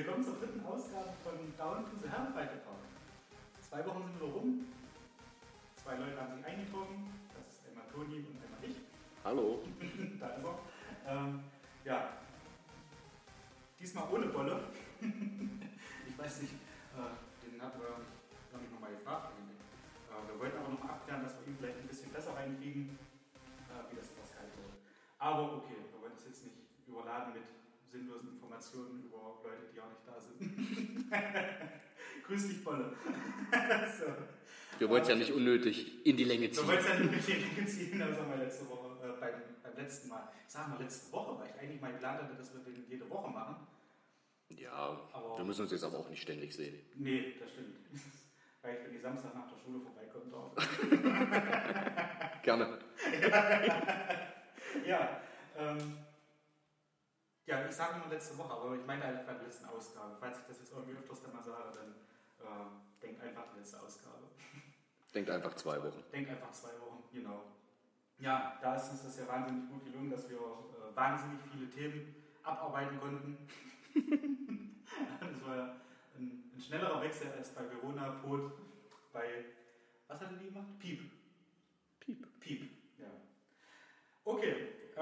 Willkommen zur dritten Ausgabe von Down to the Herrenbreite-Park. 2 Wochen sind wieder rum. 2 Leute haben sich eingetroffen. Das ist einmal Toni und einmal ich. Hallo. Da ist er. Ja, diesmal ohne Bolle. Ich weiß nicht, den hatten wir noch nicht nochmal gefragt. Wir wollten aber noch abklären, dass wir ihn vielleicht ein bisschen besser reinkriegen, wie das etwas kalt wird. Aber okay, wir wollen das jetzt nicht überladen mit sinnlosen Informationen über Leute, die auch nicht da sind. Grüß dich, Bolle. So. Wir wollten es ja nicht unnötig in die Länge ziehen. Wir wollten es ja nicht in die Länge ziehen, das haben wir letzte Woche, beim letzten Mal. Ich sage mal letzte Woche, weil ich eigentlich mal geplant hatte, dass wir den jede Woche machen. Ja, aber wir müssen uns jetzt aber auch nicht ständig sehen. Nee, das stimmt. Weil ich, wenn die Samstag nach der Schule vorbeikommt, drauf. Gerne. Ja, ich sage immer letzte Woche, aber ich meine eigentlich bei der letzten Ausgabe. Falls ich das jetzt irgendwie öfters dann mal sage, dann denkt einfach die letzte Ausgabe. Denkt einfach 2 Wochen. Denkt einfach 2 Wochen, genau. Ja, da ist uns das ja wahnsinnig gut gelungen, dass wir wahnsinnig viele Themen abarbeiten konnten. Das war ja ein schnellerer Wechsel als bei Verona, Pot, bei, was hat die gemacht? Piep, ja. Okay,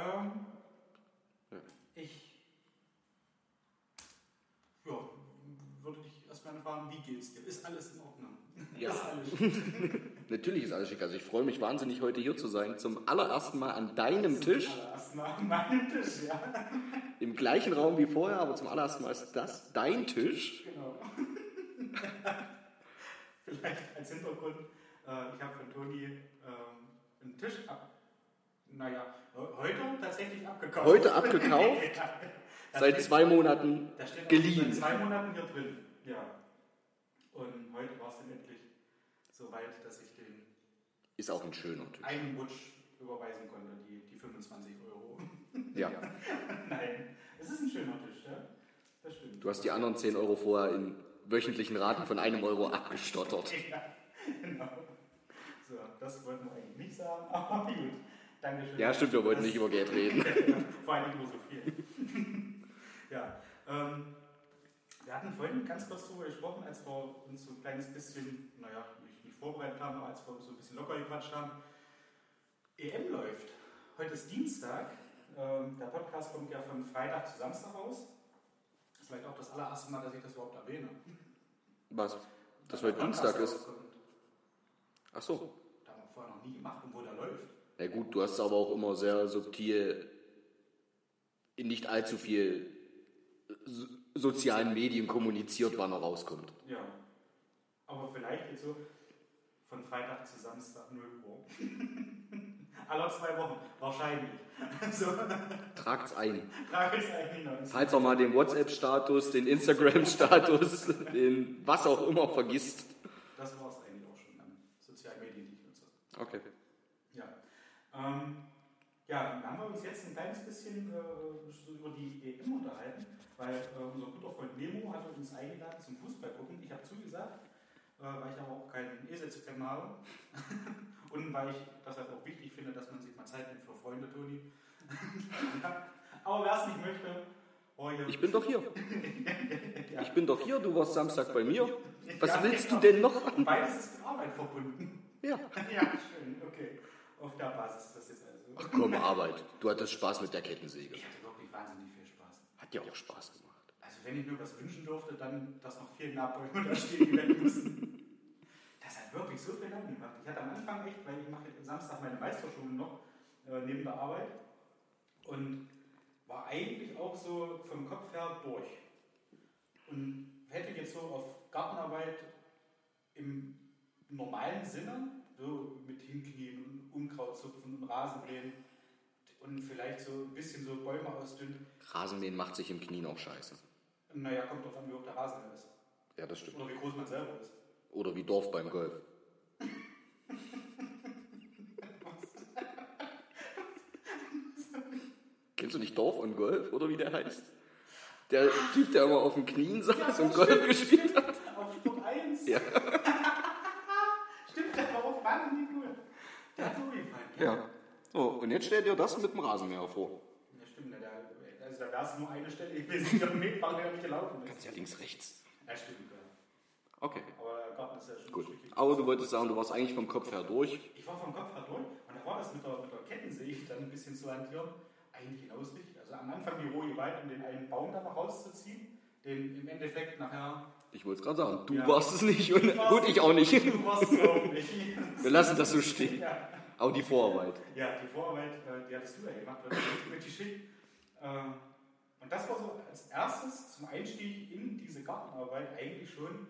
ich würde dich erstmal fragen, wie geht's dir? Ist alles in Ordnung? Ja. Ist alles schick? Natürlich ist alles schick. Also ich freue mich wahnsinnig, heute hier zu sein. Zum allerersten Mal an deinem Tisch. Zum allerersten Mal an meinem Tisch, ja. Im gleichen Raum wie vorher, aber zum allerersten Mal ist das dein Tisch. Genau. Vielleicht als Hintergrund, ich habe von Toni einen Tisch heute tatsächlich abgekauft. Heute abgekauft? Ja, seit 2 Monaten da steht geliehen. Seit 2 Monaten hier drin, ja. Und heute war es dann endlich so weit, dass ich den ist auch ein schöner Tisch. einen Rutsch überweisen konnte, die 25 Euro. Ja. Nein, es ist ein schöner Tisch, ja. Das stimmt. Du hast die anderen 10 Euro vorher in wöchentlichen Raten von 1 Euro abgestottert. Ja, genau. So, das wollten wir eigentlich nicht sagen, aber gut. Dankeschön. Ja, stimmt, wir wollten nicht über Geld reden. Vor allem nur so viel. Ja, wir hatten vorhin ganz kurz darüber gesprochen, als wir uns so ein kleines bisschen, nicht vorbereitet haben, aber als wir so ein bisschen locker gequatscht haben. EM läuft. Heute ist Dienstag. Der Podcast kommt ja von Freitag zu Samstag raus. Das ist vielleicht auch das allererste Mal, dass ich das überhaupt erwähne. Was? Dass heute Dienstag ist? Ach so. Das haben wir vorher noch nie gemacht und wo der läuft. Na gut, du hast es aber auch immer sehr subtil in nicht allzu viel sozialen Medien kommuniziert, wann er rauskommt. Ja, aber vielleicht jetzt so von Freitag zu Samstag 0 Uhr. Alle 2 Wochen, wahrscheinlich. So. Tragt's ein. Tragt's ein hinaus. Falls er mal den WhatsApp-Status, den Instagram-Status, den was auch immer vergisst. Das war es eigentlich auch schon an sozialen Medien, die ich nutze. Okay. Ja. Dann haben wir uns jetzt ein kleines bisschen so über die EM unterhalten, weil unser guter Freund Memo hat uns eingeladen zum Fußball gucken. Ich habe zugesagt, weil ich aber auch keinen Esel zu kennen habe. Und weil ich das halt auch wichtig finde, dass man sich mal Zeit nimmt für Freunde, Toni. Aber wer es nicht möchte, ich bin doch hier. Ja. Ich bin doch hier, du warst Samstag bei mir. Was Ja, willst genau. du denn noch? Beides ist mit Arbeit verbunden. Ja. Ja, schön, okay. Auf der Basis ist das jetzt also. Ach komm, Arbeit. Du hattest Spaß mit der Kettensäge. Ich hatte wirklich wahnsinnig viel Spaß. Hat dir auch Spaß gemacht. Also wenn ich mir was wünschen durfte, dann, dass noch 4 Nahtbäume da stehen werden müssen. Das hat wirklich so viel Laune gemacht. Ich hatte am Anfang echt, weil ich mache Samstag meine Meisterschule noch neben der Arbeit und war eigentlich auch so vom Kopf her durch. Und hätte jetzt so auf Gartenarbeit im normalen Sinne, so mit Hinknien und Unkraut zupfen und Rasenmähen und vielleicht so ein bisschen so Bäume ausdünnen. Rasenmähen macht sich im Knien auch scheiße. Naja, kommt drauf an, wie hoch der Rasen ist. Ja, das stimmt. Oder wie groß man selber ist. Oder wie Dorf beim Golf. Kennst du nicht Dorf und Golf, oder wie der heißt? Der Typ, der immer auf den Knien saß und Golf gespielt hat. Auf Sport 1? Ja. Stimmt, der war auch wahnsinnig gut. Der hat so gefallen. Ja. So, und jetzt stell dir das mit dem Rasenmäher vor. Ja, stimmt. Also Also da wäre es nur eine Stelle gewesen, die auf dem Weg war, der nicht gelaufen ist. Kannst ja links, rechts. Ja, stimmt, ja. Okay. Aber der Garten ist ja schon Gut. ein Stückchen. Aber du wolltest sagen, du warst eigentlich vom Kopf her durch. Ich war vom Kopf her durch und da war das mit der Kettensäge dann ein bisschen zu hantieren. Eigentlich genau das Richtige. Also am Anfang die rohe Gewalt, um den einen Baum da noch rauszuziehen, den im Endeffekt nachher... Ich wollte es gerade sagen, du Ja. warst es nicht und ich auch nicht. Du warst es auch nicht. Wir lassen das so stehen. Ja. Aber die Vorarbeit. Ja, die Vorarbeit, die hattest du ja gemacht, das war richtig schick. Und das war so als erstes zum Einstieg in diese Gartenarbeit eigentlich schon,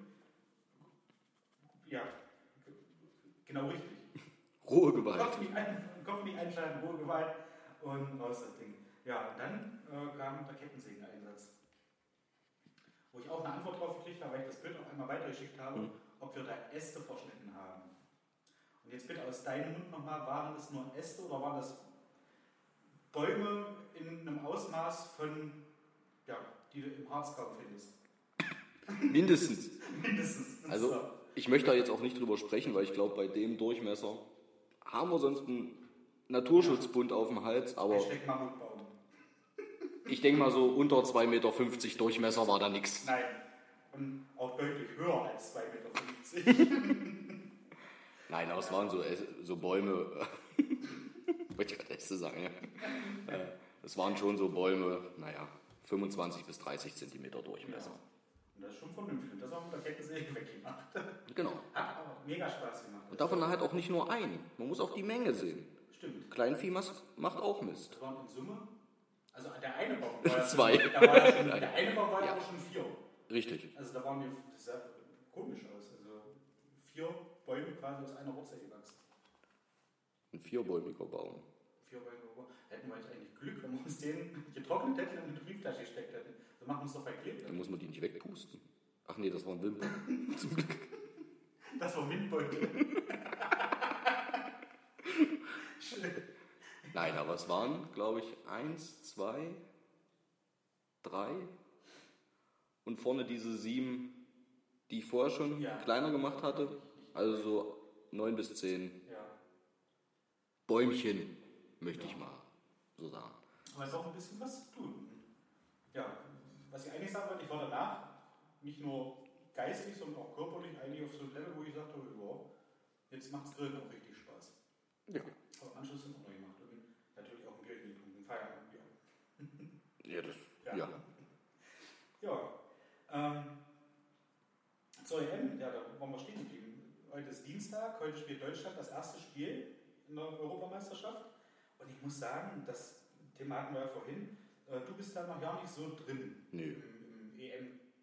ja, genau richtig. Rohe Gewalt. Kopf nicht einschalten, rohe Gewalt und raus das Ding. Ja, und dann kam der Kettensägeneinsatz. Wo ich auch eine Antwort drauf gekriegt habe, weil ich das Bild auch einmal weitergeschickt habe, ob wir da Äste verschnitten haben. Und jetzt bitte aus deinem Mund nochmal, waren das nur Äste oder waren das Bäume in einem Ausmaß von, ja, die du im Harz kaum findest? Mindestens. Mindestens. Also So. ich möchte da jetzt auch nicht drüber sprechen, weil ich glaube, bei dem Durchmesser haben wir sonst einen Naturschutzbund auf dem Hals, aber Hashtag Mammutbaum. ich denke mal so unter 2,50 Meter Durchmesser war da nichts. Nein. Und auch deutlich höher als 2,50 Meter. Nein, aber es waren so Bäume, wollte ich gerade Äste sagen, ja. Es waren schon so Bäume, 25 bis 30 Zentimeter Durchmesser. Ja. Und das ist schon vernünftig. Und das haben wir mit der Kettensäge weggemacht. Genau. Hat aber mega Spaß gemacht. Und davon halt auch nicht nur ein. Man muss auch die Menge sehen. Stimmt. Kleinvieh macht auch Mist. Das waren in Summe, also der eine Baum war ja Zwei. Schon, da war ja schon, der eine Baum war ja auch schon 4. Richtig. Also da waren das sah komisch aus. Also 4 Bäume quasi aus einer Wurzel gewachsen. Ein 4-bäumiger Baum. 4 Bäume. Hätten wir jetzt eigentlich Glück, wenn wir uns den getrocknet hätten und in die Brieftasche gesteckt hätten. So machen wir es doch bei Klebern. Dann muss man die nicht wegpusten. Ach nee, das war ein Wimpern. Zum Glück. Das war Windbeutel. Nein, aber es waren, glaube ich, 1, 2, 3 und vorne diese 7, die ich vorher schon kleiner gemacht hatte. Also so 9 bis 10 Bäumchen, möchte ich mal so sagen. Aber es ist auch ein bisschen was zu tun. Ja, was ich eigentlich sagen wollte, ich war danach nicht nur geistig, sondern auch körperlich eigentlich auf so einem Level, wo ich sagte, wow, jetzt macht es Grillen auch richtig Spaß. Ja. Aber im Anschluss sind wir noch gemacht. Und natürlich auch ein Bier getrunken, Feierabend. Ja, das, Zur EM, da waren wir stehen geblieben. Heute ist Dienstag, heute spielt Deutschland das erste Spiel in der Europameisterschaft. Und ich muss sagen, das Thema hatten wir ja vorhin, du bist da noch gar nicht so drin im EM.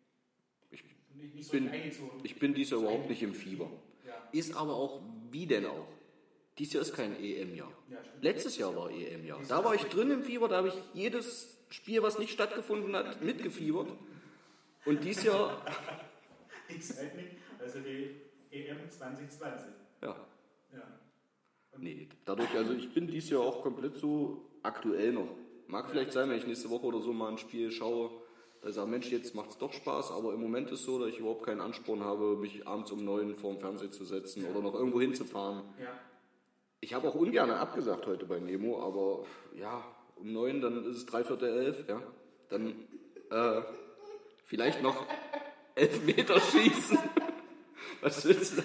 Ich bin dieses Jahr überhaupt nicht im Fieber. Ja. Ist aber auch, wie denn auch? Dieses Jahr ist kein EM-Jahr. Ja, Letztes Jahr war EM-Jahr. Da war ich drin im Fieber, da habe ich jedes Spiel, was nicht stattgefunden hat, mitgefiebert. Und dieses Jahr... Ich halt nicht, also die EM 2020. Ja. Nee, dadurch, also ich bin dieses Jahr auch komplett so aktuell noch. Mag vielleicht sein, wenn ich nächste Woche oder so mal ein Spiel schaue, da sage Mensch, jetzt macht es doch Spaß, aber im Moment ist es so, dass ich überhaupt keinen Ansporn habe, mich abends um 9 vor dem Fernseher zu setzen oder noch irgendwo hinzufahren. Ja. Ich habe auch ungern abgesagt heute bei Nemo, aber ja, um 9, dann ist es 11:45, ja. Dann vielleicht noch 11 Meter schießen. Was willst du?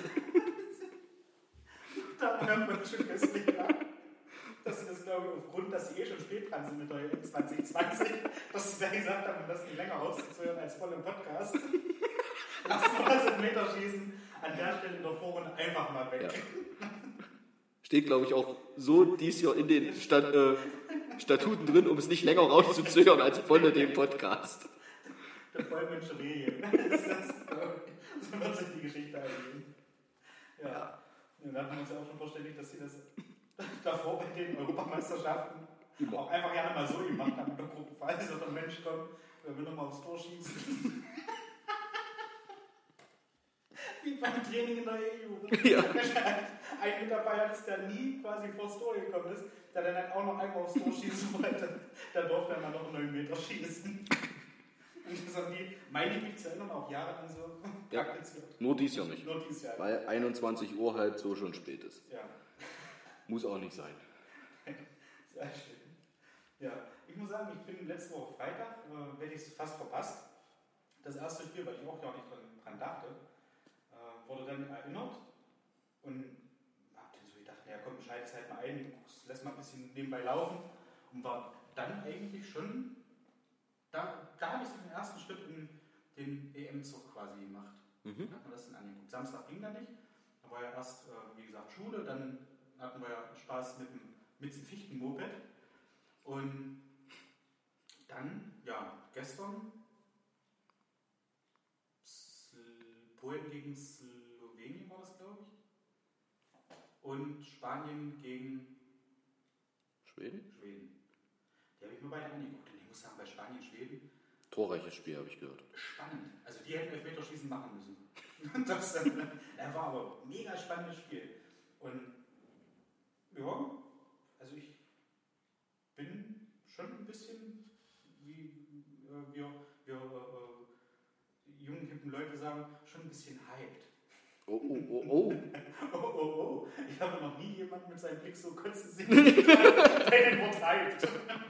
Da haben wir schon köstlich gedacht, dass sie das, glaube ich, aufgrund, dass sie schon spät dran sind mit der EM 2020, dass sie da gesagt haben, um das nicht länger auszuhören als voll im Podcast. Lassen wir das im Meterschießen an der Stelle in der Vorrunde einfach mal weg. Ja. Steht, glaube ich, auch so dies Jahr in den Statuten drin, um es nicht länger rauszuzögern als voll dem Podcast. Der Vollmensch Rehe. So wird sich die Geschichte eingehen. Ja. Und dann haben wir uns ja auch schon verständigt, dass sie das davor bei den Europameisterschaften auch einfach ja einmal so gemacht haben in der Gruppenphase, dass der Mensch kommt, wer will nochmal aufs Tor schießen. Wie beim Training in der EU. Ja. Ein Mitarbeiter ist, der nie quasi vors Tor gekommen ist, der dann halt auch noch einmal aufs Tor schießen wollte, der durfte dann noch 9 Meter schießen. Und das haben die, meine ich mich zu erinnern, auch jahrelang so praktiziert. Nur dies Jahr nicht. Nur dieses Jahr. Weil 21 Uhr halt so schon spät ist. Ja. Muss auch nicht sein. Sehr schön. Ja, ich muss sagen, ich bin letzte Woche Freitag, werde ich es fast verpasst. Das erste Spiel, weil ich auch gar nicht dran dachte, wurde dann erinnert und habe dann so gedacht, ja komm, schalte halt mal ein, lass mal ein bisschen nebenbei laufen und war dann eigentlich schon, da habe ich so den ersten Schritt in den EM-Zug quasi gemacht. Dann hat man das dann angeguckt. Samstag ging da nicht, da war ja erst, wie gesagt, Schule, dann hatten wir ja Spaß mit dem Fichten-Moped und dann, ja, gestern Polen gegen Slowenien war das, glaube ich. Und Spanien gegen Schweden. Die habe ich nur beide angeguckt. Und ich muss sagen, bei Spanien, Schweden. Torreiches Spiel, habe ich gehört. Spannend. Also die hätten Elfmeterschießen machen müssen. Das war aber ein mega spannendes Spiel. Und ja, also ich bin schon ein bisschen, wie wir jungen, hippen Leute sagen, schon ein bisschen hyped. Oh. Oh. Ich habe noch nie jemanden mit seinem Blick so konzentriert, der den Wort hyped.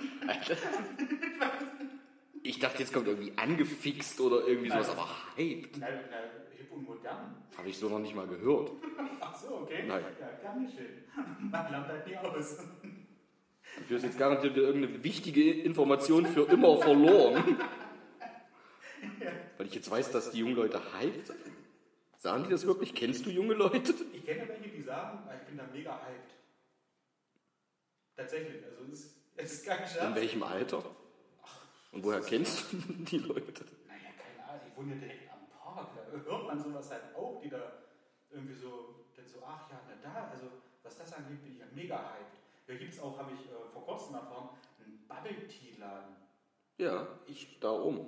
Ich dachte, jetzt kommt irgendwie angefixt oder irgendwie sowas, aber hyped. Nein, hip und modern. Habe ich so noch nicht mal gehört. Ach so, okay. Nein. Ja, gar nicht schön. Man lernt halt nie aus. Dafür ist jetzt garantiert wieder irgendeine wichtige Information für immer verloren. Ja. Weil ich jetzt weiß, dass die jungen Leute hyped sind. Sagen die das wirklich? Kennst du junge Leute? Ich kenne welche, die sagen, ich bin da mega hyped. Tatsächlich, also es ist kein Scherz. In welchem Alter? Und woher kennst du die Leute? Naja, keine Ahnung, ich wohne ja direkt am Park, da hört man sowas halt auch, die da irgendwie so, dann so, ach ja, na da, also was das angeht, bin ich ja mega hyped. Da gibt es auch, habe ich vor kurzem erfahren, einen Bubble-Tea-Laden. Ja, da oben.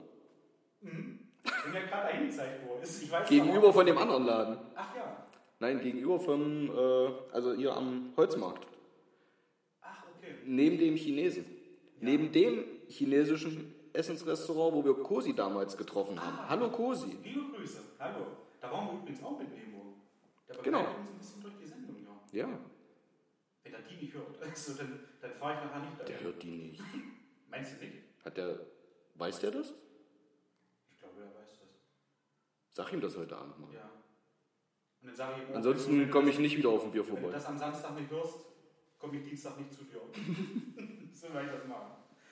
Ich bin ja gerade eingezeigt worden. Ich weiß Gegenüber auch, von dem anderen Laden. Ach ja. Nein, gegenüber von, also hier am Holzmarkt. Ach, okay. Neben dem Chinesen. Ja. Neben dem chinesischen Essensrestaurant, wo wir Cosi damals getroffen haben. Hallo Cosi. Liebe Grüße. Hallo. Da waren wir übrigens auch mit Nemo. Der genau. begleitet uns ein bisschen durch die Sendung, ja. Ja. Wenn er die nicht hört, also dann fahre ich nachher nicht dahin. Der hört die nicht. Meinst du nicht? Weiß der das? Ich glaube, er weiß das. Sag ihm das heute Abend mal. Ja. Und dann sage ich ihm, ansonsten komme ich nicht wieder auf ein Bier vorbei. Wenn du das am Samstag nicht hörst, komme ich Dienstag nicht zu dir. So werde ich das machen.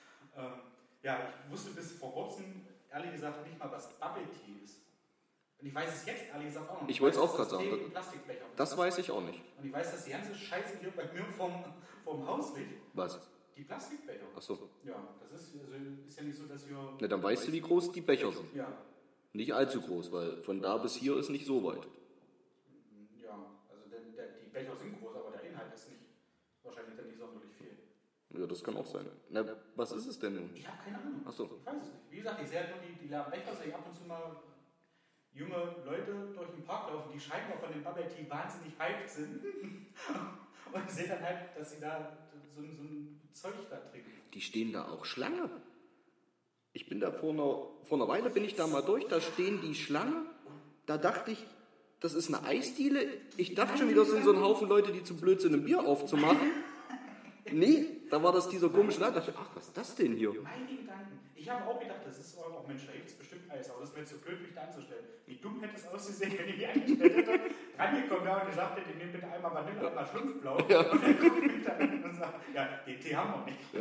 Ja, ich wusste bis vor kurzem, ehrlich gesagt, nicht mal, was Bubble Tea ist. Und ich weiß es jetzt, ehrlich gesagt, auch noch nicht. Ich wollte es auch gerade sagen. Das weiß ich auch nicht. Und ich weiß, dass die ganze Scheiße hier bei mir vom Haus liegt. Was? Die Plastikbecher. Ach so. Ja, das ist ja nicht so, dass wir... Na, dann weißt du, wie groß die Becher sind. Ja. Nicht allzu groß, weil von da bis hier ist nicht so weit. Ja, also die Becher sind groß, aber der Inhalt ist nicht wahrscheinlich dann nicht sonderlich viel. Ja, das kann auch sein. Na, was ist es denn nun? Ich habe keine Ahnung. Ach so. Ich weiß es nicht. Wie gesagt, ich sehe halt nur die leeren Becher, sehe ich ab und zu mal junge Leute durch den Park laufen, die scheinbar von dem Bubble Tea wahnsinnig hyped sind. Und sehe dann halt, dass sie da so ein Zeug da trinken. Die stehen da auch Schlange. Ich bin da vor einer Weile bin ich da mal durch, da stehen die Schlange. Da dachte ich, das ist eine Eisdiele. Ich dachte schon wieder, das sind so ein Haufen Leute, die zu blöd sind, ein Bier aufzumachen. Nee, da war das dieser komische Laden. Da dachte ich, ach, was ist das denn hier? Meine Gedanken. Ich habe auch gedacht, das ist auch Mensch, da gibt es bestimmt Eis, aber das ist mir zu blöd, mich da anzustellen. Wie dumm hätte es ausgesehen, wenn ich mich angestellt hätte, rangekommen wäre und gesagt hätte, ich nehme bitte einmal Vanille, einmal Schlumpfblau. Ja. Und dann gucke ich mich da an und sage, ja, den Tee haben wir nicht. Ja.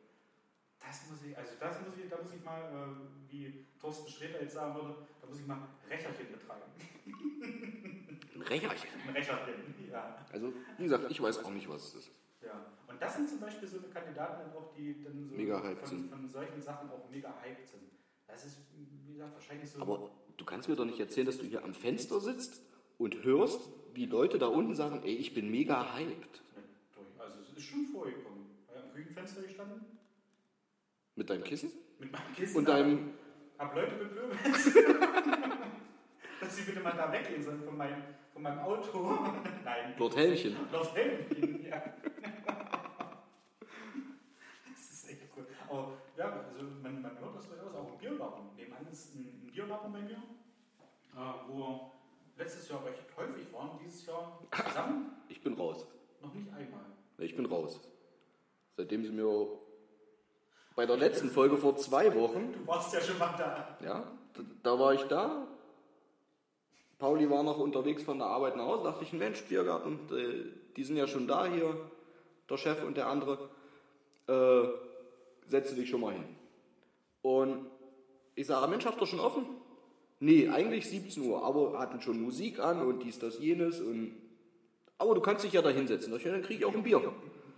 Da muss ich mal, wie Thorsten Sträter jetzt sagen würde, da muss ich mal Rächerchen betreiben. Ein Rächerchen? Ein Rächerchen, ja. Also, wie gesagt, ich weiß auch nicht, was es ist. Ja, und das sind zum Beispiel so eine Kandidaten, dann auch, die dann so mega hyped sind. Von solchen Sachen auch mega hyped sind. Das ist, wie gesagt, wahrscheinlich so... Aber du kannst mir doch nicht erzählen, dass du hier am Fenster sitzt und hörst, wie Leute da unten sagen, ey, ich bin mega hyped. Also es ist schon vorgekommen. Am Küchenfenster gestanden. Mit deinem Kissen? Mit meinem Kissen. Und deinem... Hab Leute bepöbelt. Dass sie bitte mal da weggehen sollen von meinem Auto. Nein. Lord Helmchen. Lord Helmchen, ja. Das ist echt cool. Aber ja, also man hört das durchaus auch im Biergarten. Nebenan ist ein Biergarten bei mir, wo wir letztes Jahr recht häufig waren, dieses Jahr zusammen. Ich bin raus. Noch nicht einmal. Ich bin raus. Seitdem sie mir bei der letzten Folge vor 2 Wochen. Du warst ja schon mal da. Ja, da war ich da. Pauli war noch unterwegs von der Arbeit nach Hause. Dachte ich, Mensch, Biergarten, die sind ja schon da hier, der Chef und der andere. Setze dich schon mal hin. Und ich sage, Mensch, habt ihr schon offen? Nee, eigentlich 17 Uhr, aber hatten schon Musik an und dies, das, jenes. Aber du kannst dich ja da hinsetzen. Dann kriege ich auch ein Bier.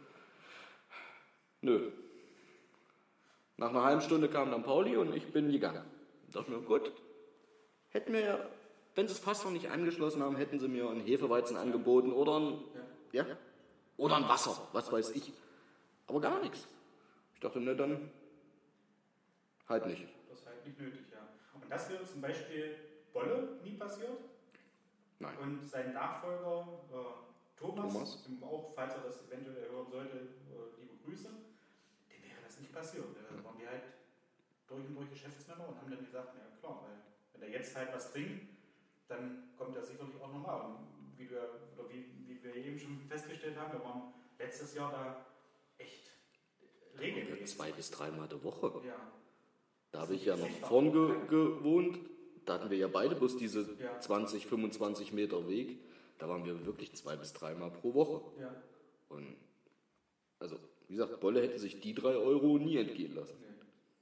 Nö. Nach einer halben Stunde kam dann Pauli und ich bin gegangen. Ich dachte mir, gut, hätten wir, wenn sie es fast noch nicht angeschlossen haben, hätten sie mir einen Hefeweizen angeboten oder oder ein Wasser, was weiß ich. Aber gar nichts. Ich dachte, ne, dann halt nicht. Das ist halt nicht nötig, ja. Und das wäre zum Beispiel Bolle nie passiert. Nein. Und sein Nachfolger Thomas, auch falls er das eventuell hören sollte, liebe Grüße, dem wäre das nicht passiert. Da waren wir halt durch und durch Geschäftsmänner und haben dann gesagt, ja klar, weil wenn er jetzt halt was trinkt, dann kommt er sicherlich auch nochmal. Und wie wir eben schon festgestellt haben, wir waren letztes Jahr da echt regelmäßig. 2 bis 3 Mal die Woche. Ja. Da habe ich ja noch vorn gewohnt. Da hatten wir ja beide bloß diese 20, 25 Meter Weg. Da waren wir wirklich 2 bis 3 Mal pro Woche. Ja. Und also, wie gesagt, Bolle hätte sich die 3 Euro nie entgehen lassen. Nee.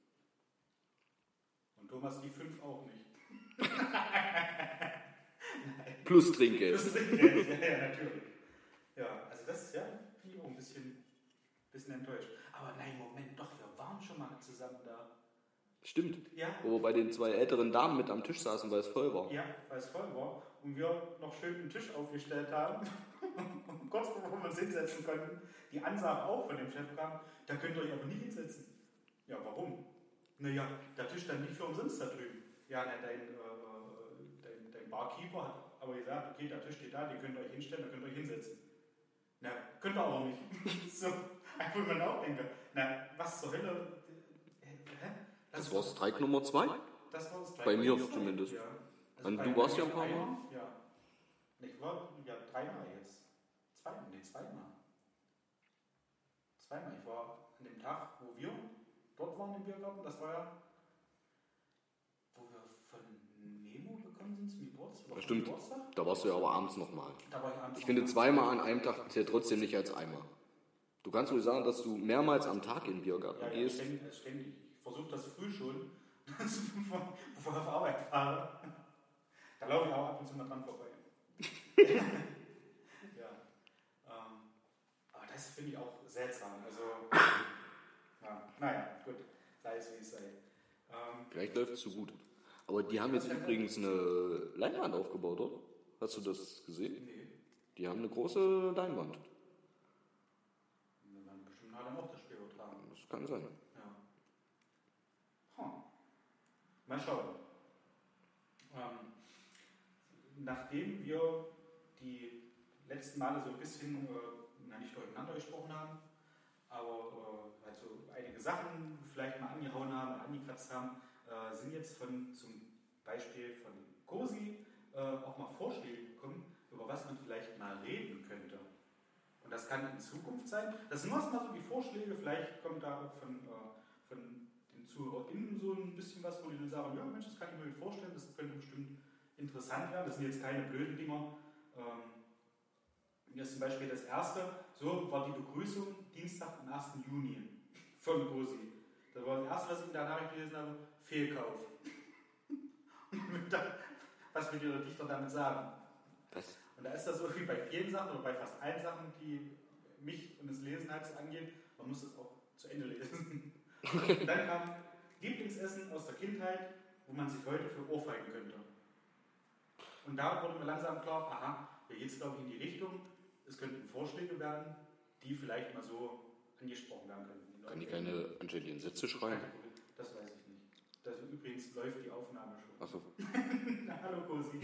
Und Thomas die 5 auch nicht. Plus Trinkgeld. Plus Trinkgeld, ja, natürlich. Ja, also das finde ich auch ein bisschen enttäuscht. Aber nein, Moment, doch, wir waren schon mal zusammen da. Stimmt. Ja. Wo wir bei den 2 älteren Damen mit am Tisch saßen, weil es voll war. Ja, weil es voll war. Und wir noch schön einen Tisch aufgestellt haben. Und kurz bevor wir uns hinsetzen konnten, die Ansage auch von dem Chef kam, da könnt ihr euch aber nicht hinsetzen. Ja, warum? Naja, der Tisch stand nicht für umsonst da drüben. Ja, dein Barkeeper hat aber gesagt, okay, der Tisch steht da, den könnt ihr euch hinstellen, da könnt ihr euch hinsetzen. Na, könnt ihr aber nicht. So, einfach mal nachdenken. Na, was zur Hölle? Das war Streik Nummer 2? Das war Streik bei mir Nummer 2. Zumindest. Ja. Also du warst ja ein paar Mal? Ja. Ich war 3-mal jetzt. Zweimal. Ich war an dem Tag, wo wir dort waren im Biergarten, das war ja, wo wir von Nemo gekommen sind zum Geburtstag. Das stimmt. Da warst du ja aber abends nochmal. Ich finde, noch 2-mal an einem Tag zählt trotzdem nicht als einmal. Du kannst wohl sagen, dass du mehrmals am Tag in den Biergarten gehst. Ständig. Ich versuche das früh schon, bevor ich auf Arbeit fahre. Da laufe ich auch ab und zu mal dran vorbei. Ja. Aber das finde ich auch seltsam. Also, naja, gut. Sei es wie es sei. Vielleicht läuft es so gut. Aber die haben jetzt übrigens eine Leinwand aufgebaut, oder? Hast du das gesehen? Nee. Die haben eine große Leinwand. Wir werden bestimmt alle noch das Spiel übertragen. Das kann sein. Ja. Mal schauen. Nachdem wir die letzten Male so ein bisschen, nicht durcheinander gesprochen haben, aber halt so einige Sachen vielleicht mal angehauen haben, angekratzt haben, sind jetzt zum Beispiel von COSI auch mal Vorschläge gekommen, über was man vielleicht mal reden könnte. Und das kann in Zukunft sein. Das sind erstmal so die Vorschläge, vielleicht kommt da auch von den ZuhörerInnen so ein bisschen was, wo die dann sagen, ja Mensch, das kann ich mir vorstellen, das könnte bestimmt interessant werden. Das sind jetzt keine blöden Dinger. Hier ist zum Beispiel das erste, so war die Begrüßung Dienstag am 1. Juni von COSI. Das war das erste, was ich in der Nachricht gelesen habe, Fehlkauf. Was will der Dichter damit sagen? Was? Und da ist das so wie bei vielen Sachen oder bei fast allen Sachen, die mich und das Lesen halt so angehen, man muss das auch zu Ende lesen. Und dann kam Lieblingsessen aus der Kindheit, wo man sich heute für ohrfeigen könnte. Und da wurde mir langsam klar, aha, hier geht es glaube ich in die Richtung, es könnten Vorschläge werden, die vielleicht mal so angesprochen werden könnten. Kann die keine anständigen Sätze schreiben? Das weiß ich nicht. Das übrigens läuft die Aufnahme schon. Achso. Hallo COSI.